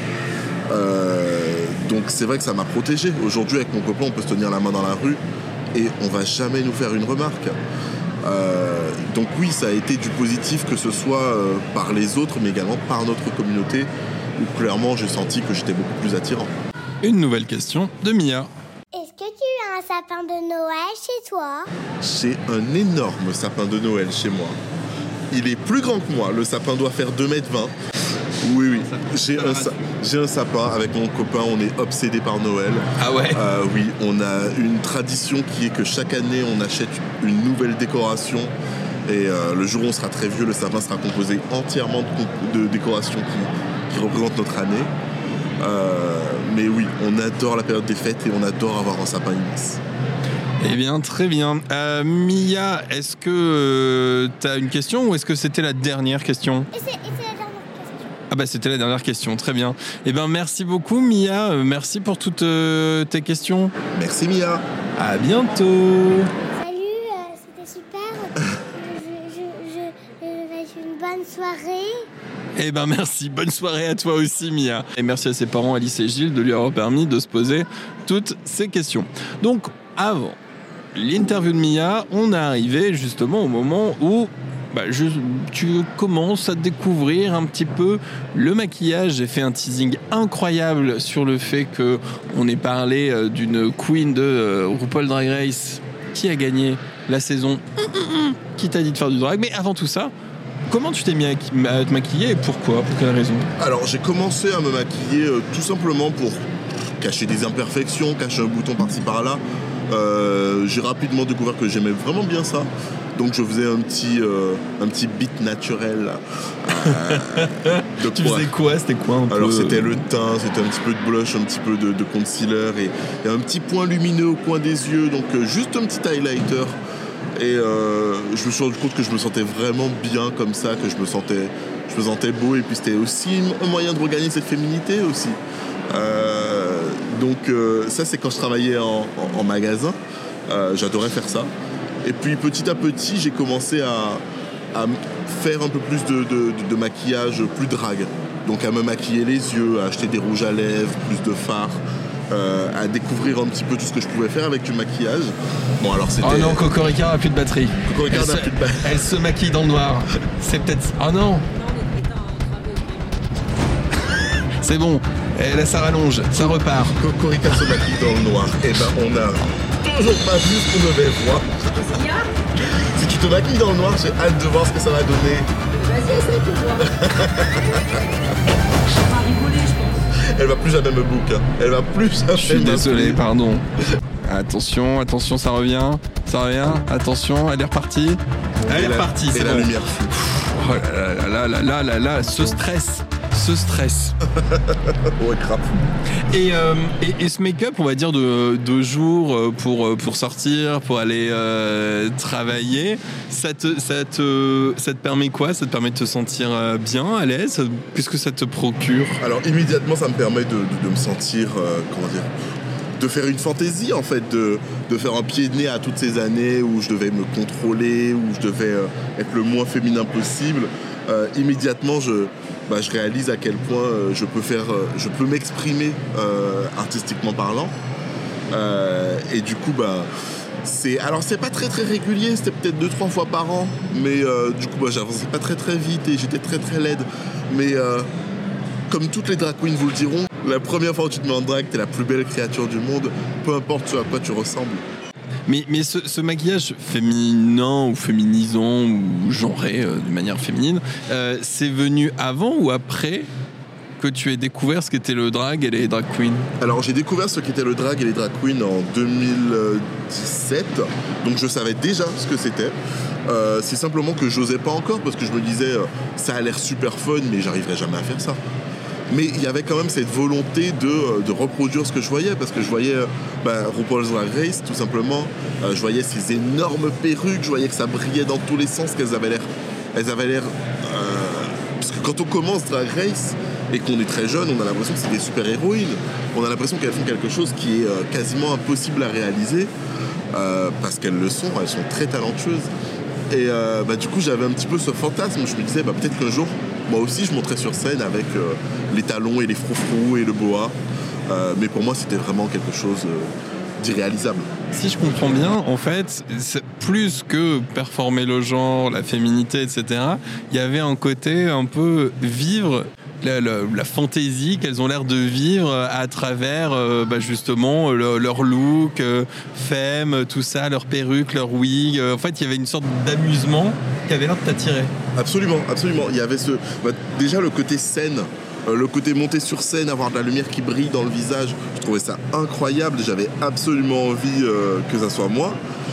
Donc c'est vrai que ça m'a protégé. Aujourd'hui, avec mon copain, on peut se tenir la main dans la rue et on va jamais nous faire une remarque. Donc oui, ça a été du positif, que ce soit par les autres, mais également par notre communauté, où clairement j'ai senti que j'étais beaucoup plus attirant. Une nouvelle question de Mia. Est-ce que tu as un sapin de Noël chez toi? J'ai un énorme sapin de Noël chez moi. il est plus grand que moi. Le sapin doit faire 2,20 m. Oui. J'ai un sapin avec mon copain, on est obsédé par Noël. Ah ouais. Oui, on a une tradition qui est que chaque année, on achète une nouvelle décoration. Et le jour où on sera très vieux, le sapin sera composé entièrement de décorations qui représentent notre année. Mais oui, on adore la période des fêtes et on adore avoir un sapin immense. Eh bien, très bien. Mia, est-ce que tu as une question ou est-ce que c'était la dernière question ? Et c'est la dernière question. Ah bah c'était la dernière question, très bien. Eh bien, merci beaucoup Mia, merci pour toutes tes questions. Merci Mia. À bientôt. Salut, c'était super. Je vais une bonne soirée. Eh ben merci, bonne soirée à toi aussi Mia. Et merci à ses parents Alice et Gilles de lui avoir permis de se poser toutes ces questions. Donc avant l'interview de Mia, on est arrivé justement au moment où tu commences à découvrir un petit peu le maquillage. J'ai fait un teasing incroyable sur le fait qu'on ait parlé d'une queen de RuPaul Drag Race qui a gagné la saison, qui t'a dit de faire du drag. Mais avant tout ça, comment tu t'es mis à te maquiller et pourquoi ? Pour quelle raison ? Alors j'ai commencé à me maquiller tout simplement pour cacher des imperfections, cacher un bouton par-ci par-là. J'ai rapidement découvert que j'aimais vraiment bien ça. Donc je faisais un petit beat naturel. Tu faisais quoi ? C'était quoi un peu ? Alors c'était le teint, c'était un petit peu de blush, un petit peu de concealer et un petit point lumineux au coin des yeux. Donc juste un petit highlighter. Et je me suis rendu compte que je me sentais vraiment bien comme ça, que je me sentais beau. Et puis c'était aussi un moyen de regagner cette féminité aussi. Donc ça c'est quand je travaillais en magasin. J'adorais faire ça. Et puis petit à petit, j'ai commencé à faire un peu plus de maquillage plus drague. Donc à me maquiller les yeux, à acheter des rouges à lèvres, plus de fard, à découvrir un petit peu tout ce que je pouvais faire avec du maquillage. Bon alors c'était... Oh non, Cocorica n'a plus de batterie. Cocorica n'a plus de batterie. Elle se maquille dans le noir. C'est peut-être... Oh non. C'est bon. Et là ça rallonge, ça repart. Cocorica se maquille dans le noir. Et ben on a toujours pas vu ce qu'on devait voir. Si tu te maquilles dans le noir, j'ai hâte de voir ce que ça va donner. Vas-y, essaye pour voir. On va rigoler, je pense. Elle va plus jamais me book. Elle va plus jamais. Je suis désolé, pardon. Attention, ça revient. Attention, elle est repartie. Elle est repartie, c'est la bon. lumière. Oh là là, ce stress. Ouais, grave. Et ce make-up, on va dire de jour pour sortir, pour aller travailler, ça te permet quoi ? Ça te permet de te sentir bien, à l'aise ? Qu'est-ce que ça te procure ? Alors immédiatement, ça me permet de me sentir, de faire une fantaisie en fait, de faire un pied de nez à toutes ces années où je devais me contrôler, où je devais être le moins féminin possible. Immédiatement, je réalise à quel point je peux m'exprimer artistiquement parlant. Et du coup, c'est pas très très régulier, c'était peut-être 2-3 fois par an, mais du coup, j'avançais pas très très vite et j'étais très très laide. Mais comme toutes les drag queens vous le diront, la première fois où tu te mets en drag, t'es la plus belle créature du monde, peu importe ce à quoi tu ressembles. Mais ce maquillage féminin ou féminisant ou genré de manière féminine, c'est venu avant ou après que tu aies découvert ce qu'était le drag et les drag queens ? Alors j'ai découvert ce qu'était le drag et les drag queens en 2017, donc je savais déjà ce que c'était. C'est simplement que j'osais pas encore parce que je me disais ça a l'air super fun mais j'arriverai jamais à faire ça. Mais il y avait quand même cette volonté de reproduire ce que je voyais, parce que je voyais RuPaul's Drag Race, tout simplement. Je voyais ces énormes perruques, je voyais que ça brillait dans tous les sens, qu'elles avaient l'air... Parce que quand on commence Drag Race et qu'on est très jeune, on a l'impression que c'est des super-héroïnes. On a l'impression qu'elles font quelque chose qui est quasiment impossible à réaliser, parce qu'elles le sont, elles sont très talentueuses. Et du coup, j'avais un petit peu ce fantasme. Je me disais, peut-être qu'un jour, moi aussi, je monterais sur scène avec les talons et les froufrous et le boa. Mais pour moi, c'était vraiment quelque chose d'irréalisable. Si je comprends bien, en fait, c'est plus que performer le genre, la féminité, etc., il y avait un côté un peu vivre la fantaisie qu'elles ont l'air de vivre à travers justement leur look, femme, tout ça, leur perruque, leur wig. En fait, il y avait une sorte d'amusement qui avait l'air de t'attirer. Absolument. Il y avait déjà le côté scène, le côté monter sur scène, avoir de la lumière qui brille dans le visage. Je trouvais ça incroyable. J'avais absolument envie que ça soit moi.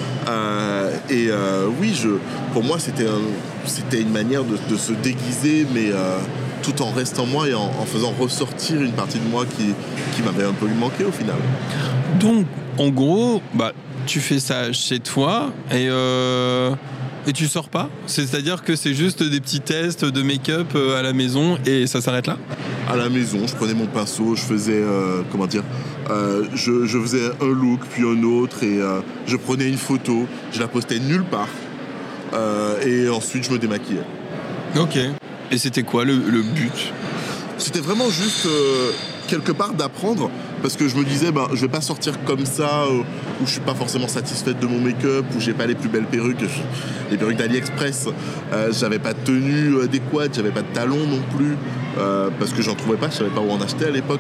Pour moi, c'était une manière de se déguiser, mais tout en restant moi et en faisant ressortir une partie de moi qui m'avait un peu manqué au final. Donc, en gros, tu fais ça chez toi et tu sors pas ? C'est-à-dire que c'est juste des petits tests de make-up à la maison et ça s'arrête là ? À la maison, je prenais mon pinceau, je faisais, je faisais un look puis un autre et je prenais une photo, je la postais nulle part et ensuite je me démaquillais. Ok. Et c'était quoi le but ? C'était vraiment juste quelque part d'apprendre parce que je me disais je vais pas sortir comme ça où je suis pas forcément satisfaite de mon make-up, où j'ai pas les plus belles perruques, les perruques d'AliExpress, j'avais pas de tenue adéquate, j'avais pas de talons non plus parce que j'en trouvais pas, je savais pas où en acheter à l'époque.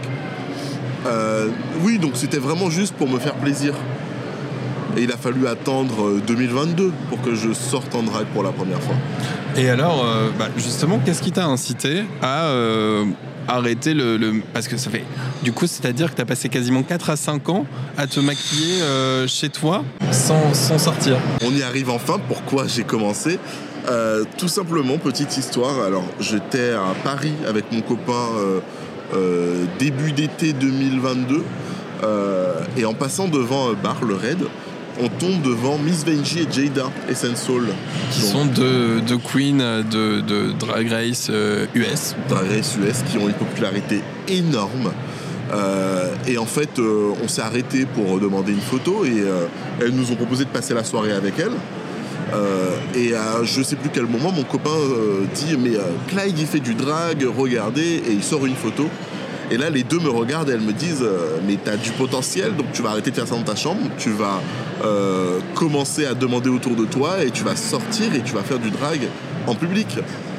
Donc c'était vraiment juste pour me faire plaisir. Et il a fallu attendre 2022 pour que je sorte en drague pour la première fois. Et alors, justement, qu'est-ce qui t'a incité à arrêter parce que ça fait... Du coup, c'est-à-dire que t'as passé quasiment 4 à 5 ans à te maquiller chez toi sans sortir. On y arrive enfin. Pourquoi j'ai commencé ? Tout simplement, petite histoire. Alors, j'étais à Paris avec mon copain début d'été 2022 et en passant devant un bar, le Red, on tombe devant Miss Vanjie et Jada Essential. Qui sont deux queens de Drag Race US. Drag Race US qui ont une popularité énorme. Et en fait, on s'est arrêté pour demander une photo et elles nous ont proposé de passer la soirée avec elles. Et à je sais plus quel moment, mon copain dit « Mais Clyde, il fait du drag, regardez » et il sort une photo. Et là, les deux me regardent et elles me disent « Mais t'as du potentiel, donc tu vas arrêter de faire ça dans ta chambre, tu vas commencer à demander autour de toi et tu vas sortir et tu vas faire du drag en public. »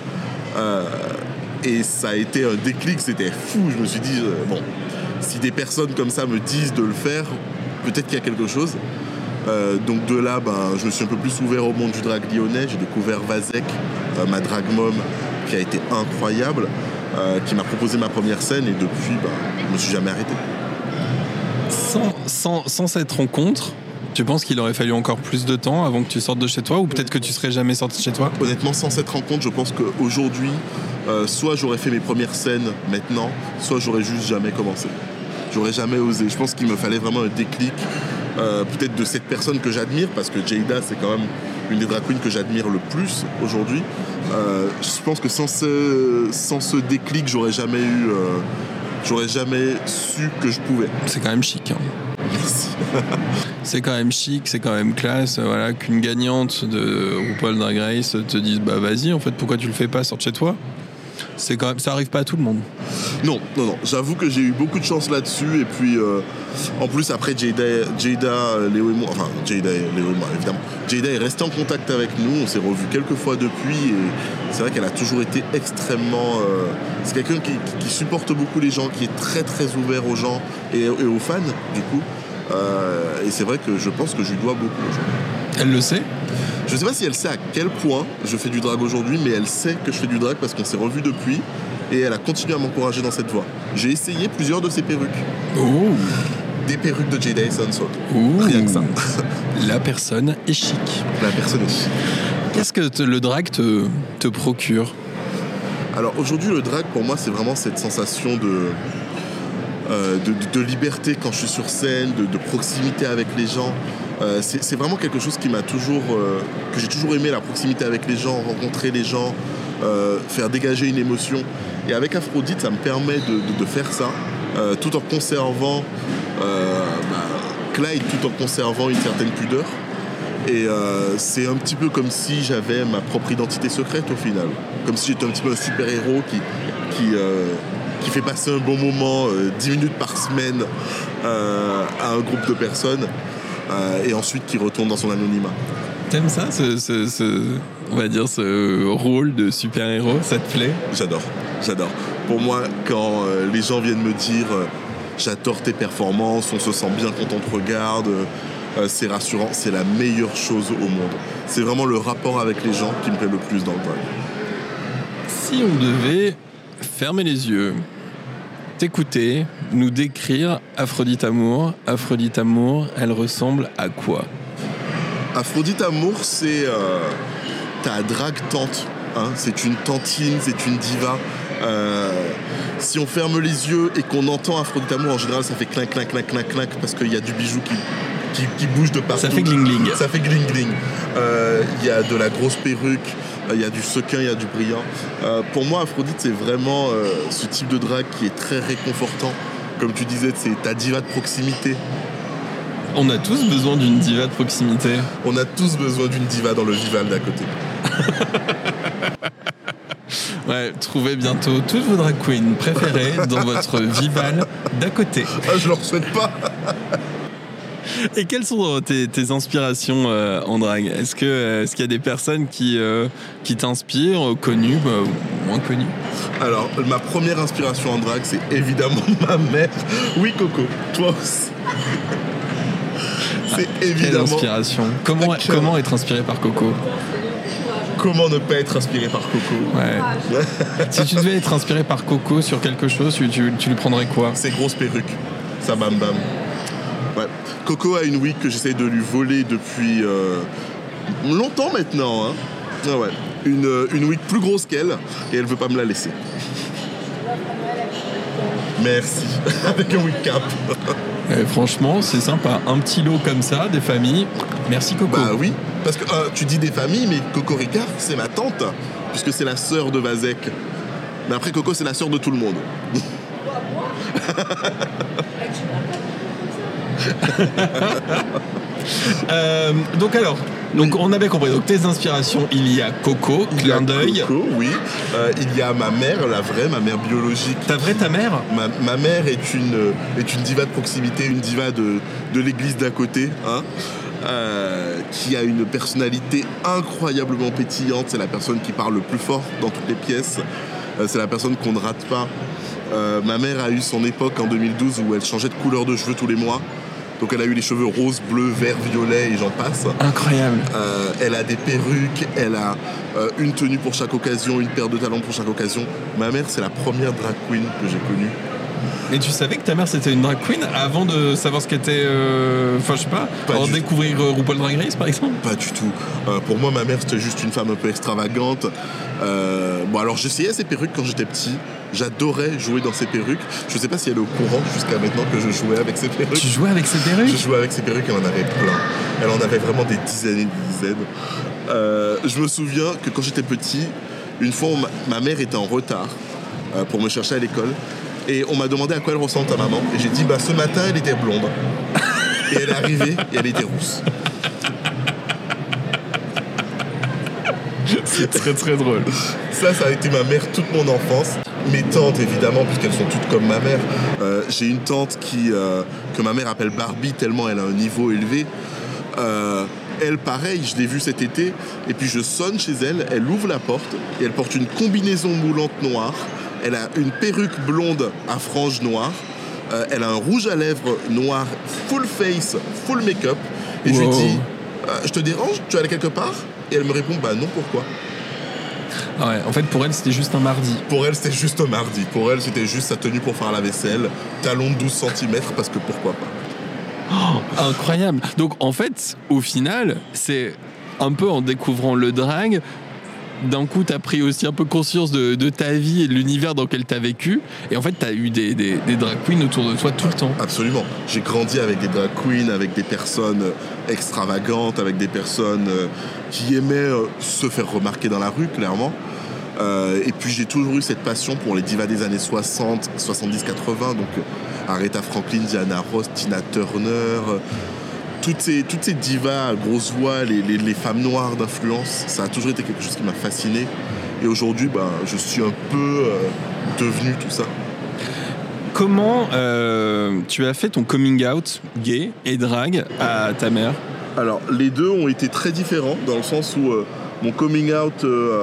Et ça a été un déclic, c'était fou. Je me suis dit si des personnes comme ça me disent de le faire, peut-être qu'il y a quelque chose. Donc de là, je me suis un peu plus ouvert au monde du drag lyonnais. J'ai découvert Vazek, ma drag mom, qui a été incroyable. Qui m'a proposé ma première scène et depuis, je me suis jamais arrêté. Sans cette rencontre, tu penses qu'il aurait fallu encore plus de temps avant que tu sortes de chez toi ou peut-être que tu serais jamais sorti de chez toi ? Honnêtement, sans cette rencontre, je pense qu'aujourd'hui, soit j'aurais fait mes premières scènes maintenant, soit j'aurais juste jamais commencé. J'aurais jamais osé. Je pense qu'il me fallait vraiment un déclic, peut-être de cette personne que j'admire, parce que Jada, c'est quand même une des drag queens que j'admire le plus aujourd'hui. Je pense que sans ce déclic, j'aurais jamais su que je pouvais. C'est quand même chic. Merci. C'est quand même chic, c'est quand même classe, qu'une gagnante de RuPaul Drag Race te dise vas-y, en fait, pourquoi tu le fais pas, sors de chez toi. C'est quand même, ça arrive pas à tout le monde. Non. J'avoue que j'ai eu beaucoup de chance là-dessus. Et puis, en plus, après, Jada, Léo et moi, évidemment. Jada est restée en contact avec nous. On s'est revus quelques fois depuis. Et c'est vrai qu'elle a toujours été extrêmement... c'est quelqu'un qui supporte beaucoup les gens, qui est très, très ouvert aux gens et aux fans, du coup. Et c'est vrai que je pense que je lui dois beaucoup aujourd'hui. Elle le sait ? Je sais pas si elle sait à quel point je fais du drag aujourd'hui, mais elle sait que je fais du drag parce qu'on s'est revus depuis et elle a continué à m'encourager dans cette voie. J'ai essayé plusieurs de ses perruques. Oh. Des perruques de Jada Essential. Rien que ça. La personne est chic. La personne est chic. Qu'est-ce que le drag te procure ? Alors aujourd'hui, le drag pour moi, c'est vraiment cette sensation de liberté quand je suis sur scène, de proximité avec les gens. C'est vraiment quelque chose qui m'a toujours que j'ai toujours aimé, la proximité avec les gens, rencontrer les gens, faire dégager une émotion. Et avec Aphrodite, ça me permet de faire ça, tout en conservant Clyde, tout en conservant une certaine pudeur. Et c'est un petit peu comme si j'avais ma propre identité secrète au final, comme si j'étais un petit peu un super-héros qui fait passer un bon moment 10 minutes par semaine à un groupe de personnes. Et ensuite qui retourne dans son anonymat. T'aimes ça, on va dire ce rôle de super-héros, ça te plaît ? J'adore. J'adore. Pour moi, quand les gens viennent me dire j'adore tes performances, on se sent bien quand on te regarde, c'est rassurant, c'est la meilleure chose au monde. C'est vraiment le rapport avec les gens qui me plaît le plus dans le drag. Si on devait fermer les yeux, t'écouter, nous décrire Aphrodite Amour, elle ressemble à quoi ? Aphrodite Amour, c'est ta drag tante. Hein, c'est une tantine, c'est une diva. Si on ferme les yeux et qu'on entend Aphrodite Amour, en général, ça fait clink, clink, clink, clink, clink, parce qu'il y a du bijou qui bouge de partout. Ça fait gling, gling. Ça fait gling, gling. Il y a de la grosse perruque, il y a du sequin, il y a du brillant. Pour moi, Aphrodite, c'est vraiment ce type de drag qui est très réconfortant. Comme tu disais, c'est ta diva de proximité. On a tous besoin d'une diva de proximité. On a tous besoin d'une diva dans le Vival d'à côté. Ouais, trouvez bientôt toutes vos drag queens préférées dans votre Vival d'à côté. Ah, je leur souhaite pas. Et quelles sont tes inspirations en drag ? Est-ce qu'il y a des personnes qui t'inspirent, connues ou moins connues ? Alors, ma première inspiration en drag, c'est évidemment ma mère. Oui, Coco, toi aussi. C'est évidemment... Quelle inspiration ? Comment être inspiré par Coco ? Comment ne pas être inspiré par Coco ? Ouais. Si tu devais être inspiré par Coco sur quelque chose, tu lui prendrais quoi ? Ses grosses perruques. Ça bam bam. Ouais. Coco a une wig que j'essaye de lui voler depuis longtemps maintenant. Hein. Ah ouais. Une wig plus grosse qu'elle et elle veut pas me la laisser. Merci. Avec un wig cap. Franchement, c'est sympa. Un petit lot comme ça, des familles. Merci Coco. Bah oui, parce que tu dis des familles, mais Coco Ricard, c'est ma tante, puisque c'est la sœur de Vazek. Mais après, Coco, c'est la sœur de tout le monde. Donc on avait compris. Donc tes inspirations, il y a Coco, clin d'œil. Coco, oui. Il y a ma mère, la vraie, ma mère biologique. Ta mère ? Ma mère est une diva de proximité, une diva de l'église d'à côté, hein, qui a une personnalité incroyablement pétillante. C'est la personne qui parle le plus fort dans toutes les pièces. C'est la personne qu'on ne rate pas. Ma mère a eu son époque en 2012 où elle changeait de couleur de cheveux tous les mois. Donc elle a eu les cheveux roses, bleus, verts, violets et j'en passe. Incroyable. Elle a des perruques, elle a une tenue pour chaque occasion, une paire de talons pour chaque occasion. Ma mère, c'est la première drag queen que j'ai connue. Mais tu savais que ta mère c'était une drag queen avant de savoir ce qu'était... Enfin je sais pas avant de découvrir RuPaul Drag Race par exemple ? Pas du tout. Pour moi, ma mère c'était juste une femme un peu extravagante. Bon alors j'essayais ses perruques quand j'étais petit. J'adorais jouer dans ses perruques. Je sais pas si elle est au courant jusqu'à maintenant que je jouais avec ses perruques. Tu jouais avec ses perruques ? Je jouais avec ses perruques, elle en avait plein. Elle en avait vraiment des dizaines et des dizaines. Je me souviens que quand j'étais petit, une fois ma mère était en retard pour me chercher à l'école. Et on m'a demandé à quoi elle ressemble ta maman. Et j'ai dit, ce matin, elle était blonde. Et elle est arrivée et elle était rousse. C'est très très drôle. Ça a été ma mère toute mon enfance. Mes tantes, évidemment, puisqu'elles sont toutes comme ma mère. J'ai une tante que ma mère appelle Barbie, tellement elle a un niveau élevé. Elle, pareil, je l'ai vue cet été. Et puis je sonne chez elle, elle ouvre la porte et elle porte une combinaison moulante noire. Elle a une perruque blonde à franges noires. Elle a un rouge à lèvres noir, full face, full make-up. Et je lui dis, je te dérange ? Tu es allée quelque part ? Et elle me répond, non, pourquoi ? Ah ouais, en fait, pour elle, c'était juste un mardi. Pour elle, c'était juste un mardi. Pour elle, c'était juste sa tenue pour faire la vaisselle, talon de 12 cm, parce que pourquoi pas ? Oh, incroyable. Donc, en fait, au final, c'est un peu en découvrant le drag... D'un coup, t'as pris aussi un peu conscience de ta vie et de l'univers dans lequel t'as vécu. Et en fait, t'as eu des drag queens autour de toi tout le temps. Absolument. J'ai grandi avec des drag queens, avec des personnes extravagantes, avec des personnes qui aimaient se faire remarquer dans la rue, clairement. Et puis, j'ai toujours eu cette passion pour les divas des années 60, 70, 80. Donc, Aretha Franklin, Diana Ross, Tina Turner... Toutes ces divas à grosse voix, les femmes noires d'influence, ça a toujours été quelque chose qui m'a fasciné. Et aujourd'hui, je suis un peu devenu tout ça. Comment tu as fait ton coming out gay et drag à ta mère ? Alors, les deux ont été très différents, dans le sens où mon coming out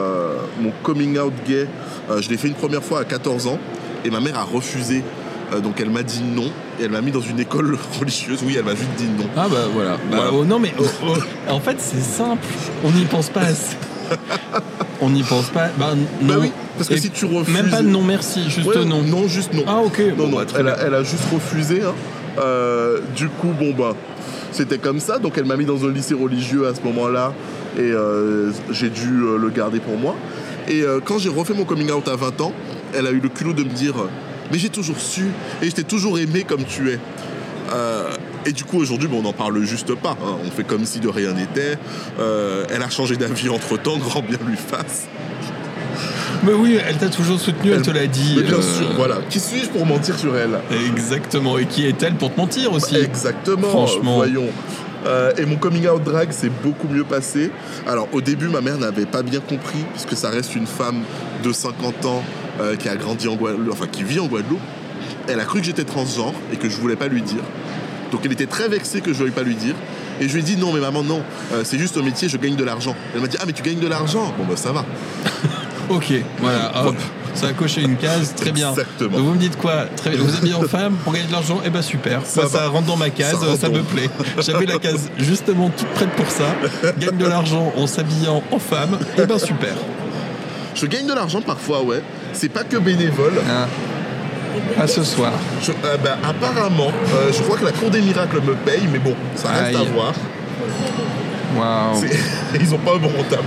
gay, je l'ai fait une première fois à 14 ans et ma mère a refusé. Donc elle m'a dit non et elle m'a mis dans une école religieuse. Oui, elle m'a juste dit non. Ah bah voilà. Voilà. Non mais en fait c'est simple. On n'y pense pas assez. On n'y pense pas. Bah non. Bah oui, parce que Et si tu refuses... même pas de non merci, juste Ouais, non. Non, juste non. Ah ok. Non, non, bah, très bien. elle a juste refusé. Hein. Du coup, c'était comme ça. Donc elle m'a mis dans un lycée religieux à ce moment-là et j'ai dû le garder pour moi. Et quand j'ai refait mon coming out à 20 ans, elle a eu le culot de me dire mais j'ai toujours su et je t'ai toujours aimé comme tu es. Et du coup aujourd'hui on n'en parle juste pas, hein. On fait comme si de rien n'était. Elle a changé d'avis entre temps, grand bien lui fasse. Mais oui, elle t'a toujours soutenu, elle te l'a dit. Mais bien sûr, voilà. Qui suis-je pour mentir sur elle? Exactement. Et qui est-elle pour te mentir aussi? Exactement, Franchement. voyons. Et mon coming out drag s'est beaucoup mieux passé. Alors au début ma mère n'avait pas bien compris puisque ça reste une femme de 50 ans qui a grandi en Guadeloupe, enfin qui vit en Guadeloupe. Elle a cru que j'étais transgenre et que je voulais pas lui dire. Donc elle était très vexée que je ne veuille pas lui dire. Et je lui ai dit non mais maman non, c'est juste un métier, je gagne de l'argent. Elle m'a dit ah mais tu gagnes de l'argent? Bon bah ça va. Ok, voilà, hop. Ça a coché une case, très bien. Exactement. Donc vous me dites quoi? Très bien. Vous habillez en femme pour gagner de l'argent? Eh ben super. Ça rentre dans ma case, ça me plaît. J'avais la case justement toute prête pour ça. Gagne de l'argent en s'habillant en femme. Eh ben super. Je gagne de l'argent parfois, ouais. C'est pas que bénévole. Ah. À ce soir. Apparemment, je crois que la Cour des miracles me paye, mais bon, ça reste Aïe. à voir. Waouh. Ils ont pas un bon rentable.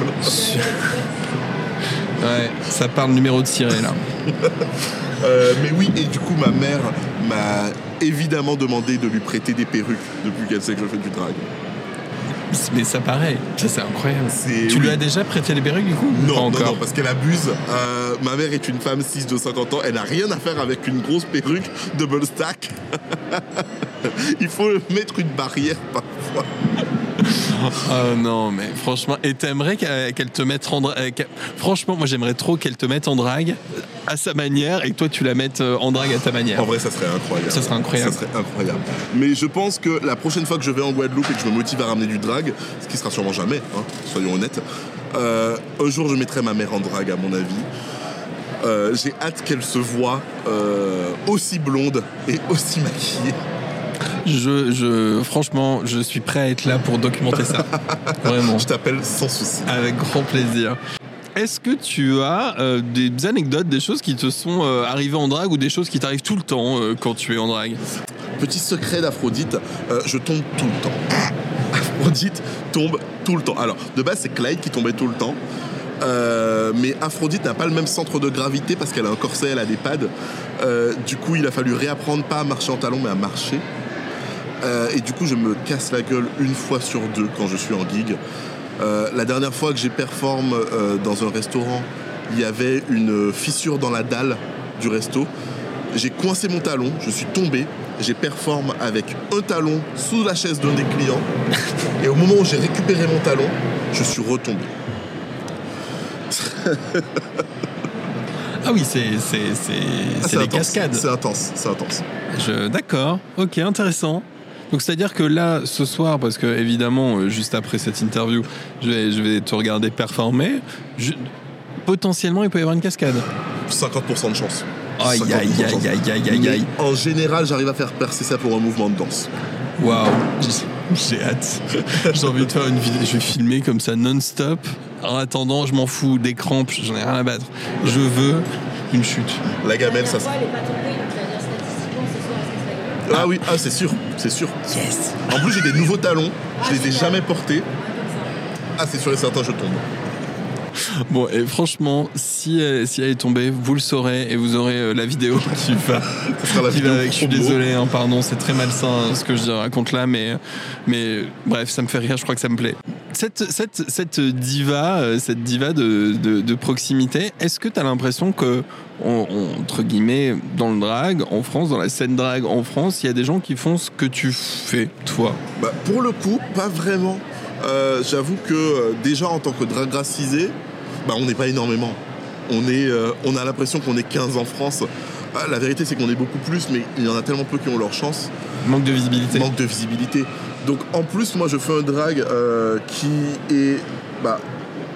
Ouais, ça parle numéro de ciré là. Mais oui, et du coup, ma mère m'a évidemment demandé de lui prêter des perruques depuis qu'elle sait que je fais du drag. Mais ça paraît, ça c'est incroyable. Tu oui. lui as déjà prêté les perruques du coup? Pas Non, encore. non, parce qu'elle abuse. Ma mère est une femme cis de 50 ans. Elle n'a rien à faire avec une grosse perruque double stack. Il faut mettre une barrière parfois. Oh non, mais franchement, et t'aimerais qu'elle te mette en drague? Franchement, moi j'aimerais trop qu'elle te mette en drague à sa manière et que toi tu la mettes en drague à ta manière. En vrai, ça serait incroyable. Ça serait incroyable. Ça serait incroyable. Mais je pense que la prochaine fois que je vais en Guadeloupe et que je me motive à ramener du drag, ce qui sera sûrement jamais, hein, soyons honnêtes, un jour je mettrai ma mère en drague à mon avis. J'ai hâte qu'elle se voie aussi blonde et aussi maquillée. Franchement, je suis prêt à être là pour documenter ça. Vraiment. Je t'appelle sans souci. Avec grand plaisir. Est-ce que tu as des anecdotes, des choses qui te sont arrivées en drague ou des choses qui t'arrivent tout le temps quand tu es en drague? Petit secret d'Aphrodite, je tombe tout le temps. Aphrodite tombe tout le temps. Alors, de base, c'est Clyde qui tombait tout le temps. Mais Aphrodite n'a pas le même centre de gravité parce qu'elle a un corset, elle a des pads. Du coup, il a fallu réapprendre pas à marcher en talons, mais à marcher. Et du coup, je me casse la gueule une fois sur deux quand je suis en gig. La dernière fois que j'ai performé dans un restaurant, il y avait une fissure dans la dalle du resto. J'ai coincé mon talon, je suis tombé. J'ai performé avec un talon sous la chaise d'un des clients. Et au moment où j'ai récupéré mon talon, je suis retombé. Ah oui, c'est des cascades. C'est intense, c'est intense. D'accord, ok, intéressant. Donc c'est-à-dire que là, ce soir, parce que évidemment, juste après cette interview, je vais te regarder performer, potentiellement il peut y avoir une cascade. 50% de chance. Aïe, aïe, aïe, aïe, aïe, aïe, aïe. En général, j'arrive à faire percer ça pour un mouvement de danse. Waouh, j'ai hâte. J'ai envie de faire une vidéo, je vais filmer comme ça non-stop. En attendant, je m'en fous des crampes, j'en ai rien à battre. Je veux une chute. La gamelle, ça... Elle n'est pas tombée, donc ça veut dire statistiquement ce soir, c'est ça. Ah oui, c'est sûr, c'est sûr. Yes. En plus, j'ai des nouveaux talons, je les ai jamais portés. Ah, c'est sûr et certain, je tombe. Bon, et franchement, si elle est tombée, vous le saurez et vous aurez la vidéo qui va avec. Je suis désolé, hein, pardon, c'est très malsain ce que je raconte là, mais bref, ça me fait rire, je crois que ça me plaît. Cette diva de proximité, est-ce que tu as l'impression que, entre guillemets, dans le drag en France, dans la scène drag en France, il y a des gens qui font ce que tu fais, toi? Pour le coup, pas vraiment. J'avoue que déjà en tant que drag racisé, on n'est pas énormément. On a l'impression qu'on est 15 en France. La vérité, c'est qu'on est beaucoup plus, mais il y en a tellement peu qui ont leur chance. Manque de visibilité. Manque de visibilité. Donc en plus, moi, je fais un drag qui est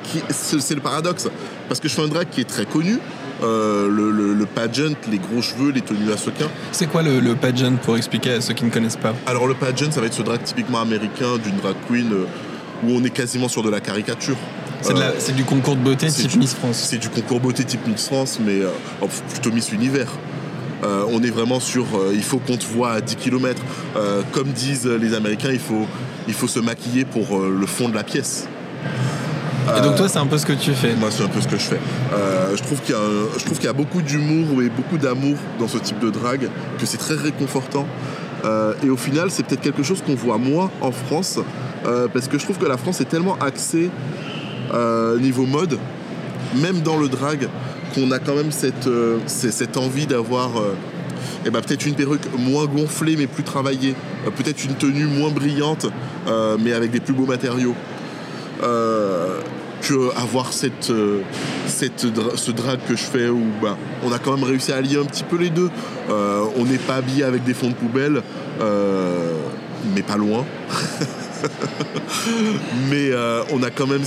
c'est le paradoxe. Parce que je fais un drag qui est très connu. Le pageant, les gros cheveux, les tenues à sequins. C'est quoi le pageant pour expliquer à ceux qui ne connaissent pas? Alors le pageant, ça va être ce drag typiquement américain d'une drag queen où on est quasiment sur de la caricature. C'est du concours de beauté type Miss France. C'est du concours beauté type Miss France, mais plutôt Miss Univers. On est vraiment sur il faut qu'on te voit à 10 km. Comme disent les Américains, il faut se maquiller pour le fond de la pièce. Et donc toi, c'est un peu ce que tu fais? Moi, c'est un peu ce que je fais. Je trouve qu'il y a beaucoup d'humour et beaucoup d'amour dans ce type de drague, que c'est très réconfortant. Et au final, c'est peut-être quelque chose qu'on voit moins en France, parce que je trouve que la France est tellement axée niveau mode, même dans le drag, qu'on a quand même cette envie d'avoir peut-être une perruque moins gonflée mais plus travaillée, peut-être une tenue moins brillante mais avec des plus beaux matériaux. Que avoir ce drag que je fais où on a quand même réussi à allier un petit peu les deux. On n'est pas habillé avec des fonds de poubelle, mais pas loin. Mais on a quand même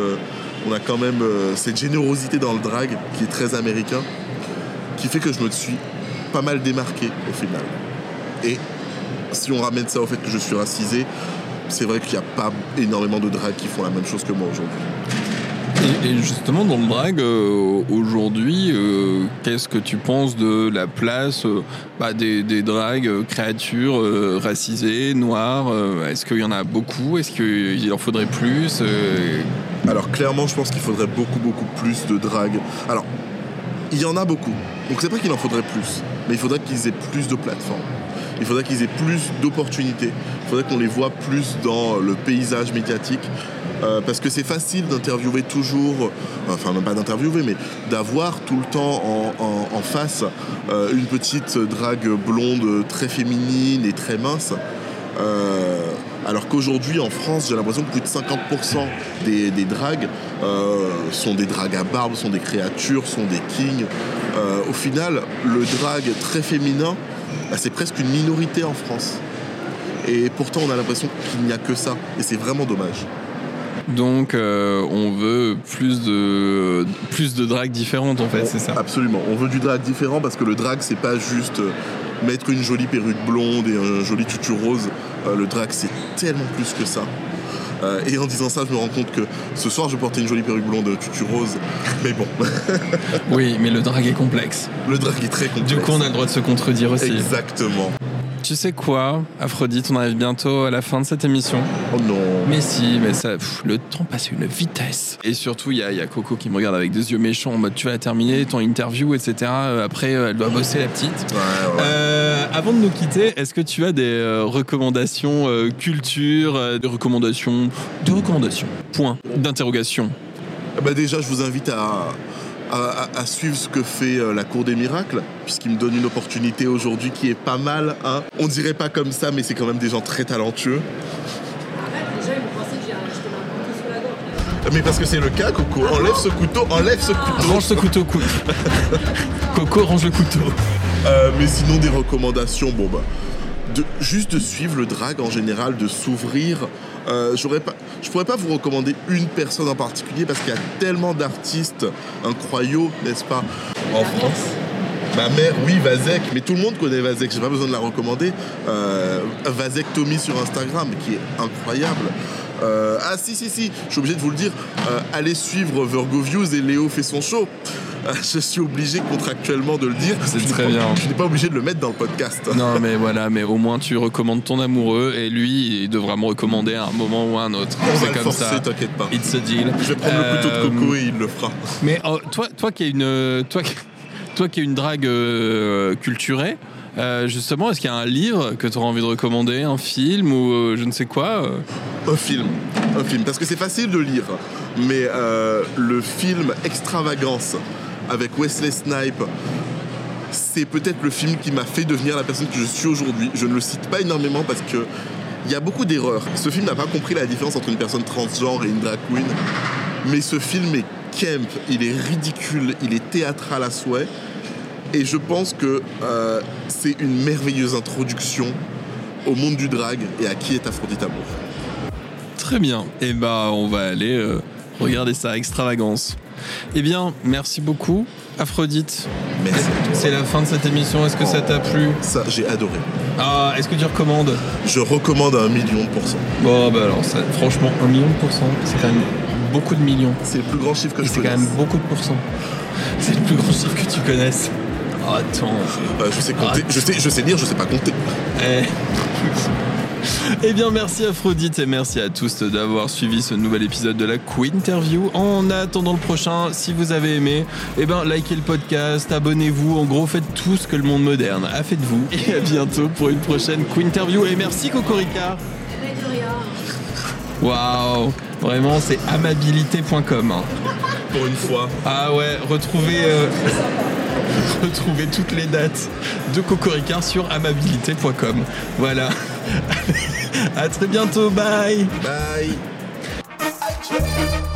cette générosité dans le drag qui est très américain, qui fait que je me suis pas mal démarqué au final. Et si on ramène ça au fait que je suis racisé, c'est vrai qu'il n'y a pas énormément de drags qui font la même chose que moi aujourd'hui. Et justement, dans le drag, aujourd'hui, qu'est-ce que tu penses de la place des drags créatures racisées, noires? Est-ce qu'il y en a beaucoup? Est-ce qu'il en faudrait plus? Alors clairement, je pense qu'il faudrait beaucoup plus de drags. Alors, il y en a beaucoup. Donc c'est pas qu'il en faudrait plus, mais il faudrait qu'ils aient plus de plateformes. Il faudrait qu'ils aient plus d'opportunités. Il faudrait qu'on les voit plus dans le paysage médiatique. Parce que c'est facile d'interviewer toujours, enfin même pas d'interviewer, mais d'avoir tout le temps en face une petite drague blonde très féminine et très mince. Alors qu'aujourd'hui en France, j'ai l'impression que plus de 50% des dragues sont des dragues à barbe, sont des créatures, sont des kings. Au final, le drag très féminin, c'est presque une minorité en France. Et pourtant, on a l'impression qu'il n'y a que ça. Et c'est vraiment dommage. Donc, on veut plus de drague différentes, en fait, c'est ça? Absolument. On veut du drag différent parce que le drag, c'est pas juste mettre une jolie perruque blonde et un joli tutu rose. Le drag, c'est tellement plus que ça. Et en disant ça, je me rends compte que ce soir, je portais une jolie perruque blonde tutu rose. Mais bon. Oui, mais le drag est complexe. Le drag est très complexe. Du coup, on a le droit de se contredire aussi. Exactement. Tu sais quoi, Aphrodite, on arrive bientôt à la fin de cette émission. Oh non. Mais si, mais ça, le temps passe à une vitesse. Et surtout, il y a Coco qui me regarde avec des yeux méchants en mode tu vas terminer ton interview, etc. Après, elle doit bosser la petite. Ouais. Avant de nous quitter, est-ce que tu as des recommandations culture, des recommandations, point d'interrogation? Déjà, je vous invite à suivre ce que fait la Cour des Miracles, puisqu'il me donne une opportunité aujourd'hui qui est pas mal. Hein. On dirait pas comme ça, mais c'est quand même des gens très talentueux. Déjà, ils vont penser que j'ai acheté un couteau sous la gorge. Mais parce que c'est le cas, Coco. Enlève ce couteau. Range ce couteau, Coco, range le couteau. Mais sinon, des recommandations, juste de suivre le drag en général, de s'ouvrir. Je pourrais pas vous recommander une personne en particulier parce qu'il y a tellement d'artistes incroyables, n'est-ce pas, en France. Ma mère, oui, Vazek, mais tout le monde connaît Vazek, j'ai pas besoin de la recommander. Vazek Tommy sur Instagram, qui est incroyable. Si, je suis obligé de vous le dire, allez suivre Virgo Views et Léo fait son show. Je suis obligé contractuellement de le dire. C'est très bien. Je n'ai pas obligé de le mettre dans le podcast. Non, mais voilà, mais au moins tu recommandes ton amoureux et lui, il devra me recommander à un moment ou à un autre. On c'est va comme le forcer, ça. T'inquiète pas. It's a deal. Je vais prendre le couteau de Coco et il le fera. Mais toi qui as une drague culturée, justement, est-ce qu'il y a un livre que tu auras envie de recommander, un film ou je ne sais quoi Un film, parce que c'est facile de lire, mais le film Extravagance avec Wesley Snipes, c'est peut-être le film qui m'a fait devenir la personne que je suis aujourd'hui. Je ne le cite pas énormément parce que il y a beaucoup d'erreurs. Ce film n'a pas compris la différence entre une personne transgenre et une drag queen, mais ce film est camp, il est ridicule, il est théâtral à souhait, et je pense que c'est une merveilleuse introduction au monde du drag et à qui est Aphrodite Amour. Très bien. Et on va aller Regardez ça, extravagance. Eh bien, merci beaucoup, Aphrodite. Merci à toi. C'est la fin de cette émission. Est-ce que ça t'a plu? Ça, j'ai adoré. Ah, est-ce que tu recommandes? Je recommande à 1 million de %. Bon, bah alors, ça, franchement, 1 million de %, c'est quand même beaucoup de millions. C'est le plus grand chiffre que Et je c'est connaisse. quand même beaucoup de pourcents. C'est le plus grand chiffre que tu connaisses. Oh, attends. Je sais compter, je sais lire, je sais pas compter. Eh bien, merci Aphrodite et merci à tous d'avoir suivi ce nouvel épisode de la Quinterview. En attendant le prochain, si vous avez aimé, eh ben, likez le podcast, abonnez-vous. En gros, faites tout ce que le monde moderne a fait de vous. Et à bientôt pour une prochaine Quinterview. Et merci Cocorica. Waouh, vraiment, c'est amabilité.com. Hein. Pour une fois. Ah ouais, retrouvez toutes les dates de Cocorica sur amabilité.com. Voilà. À très bientôt, bye. Bye.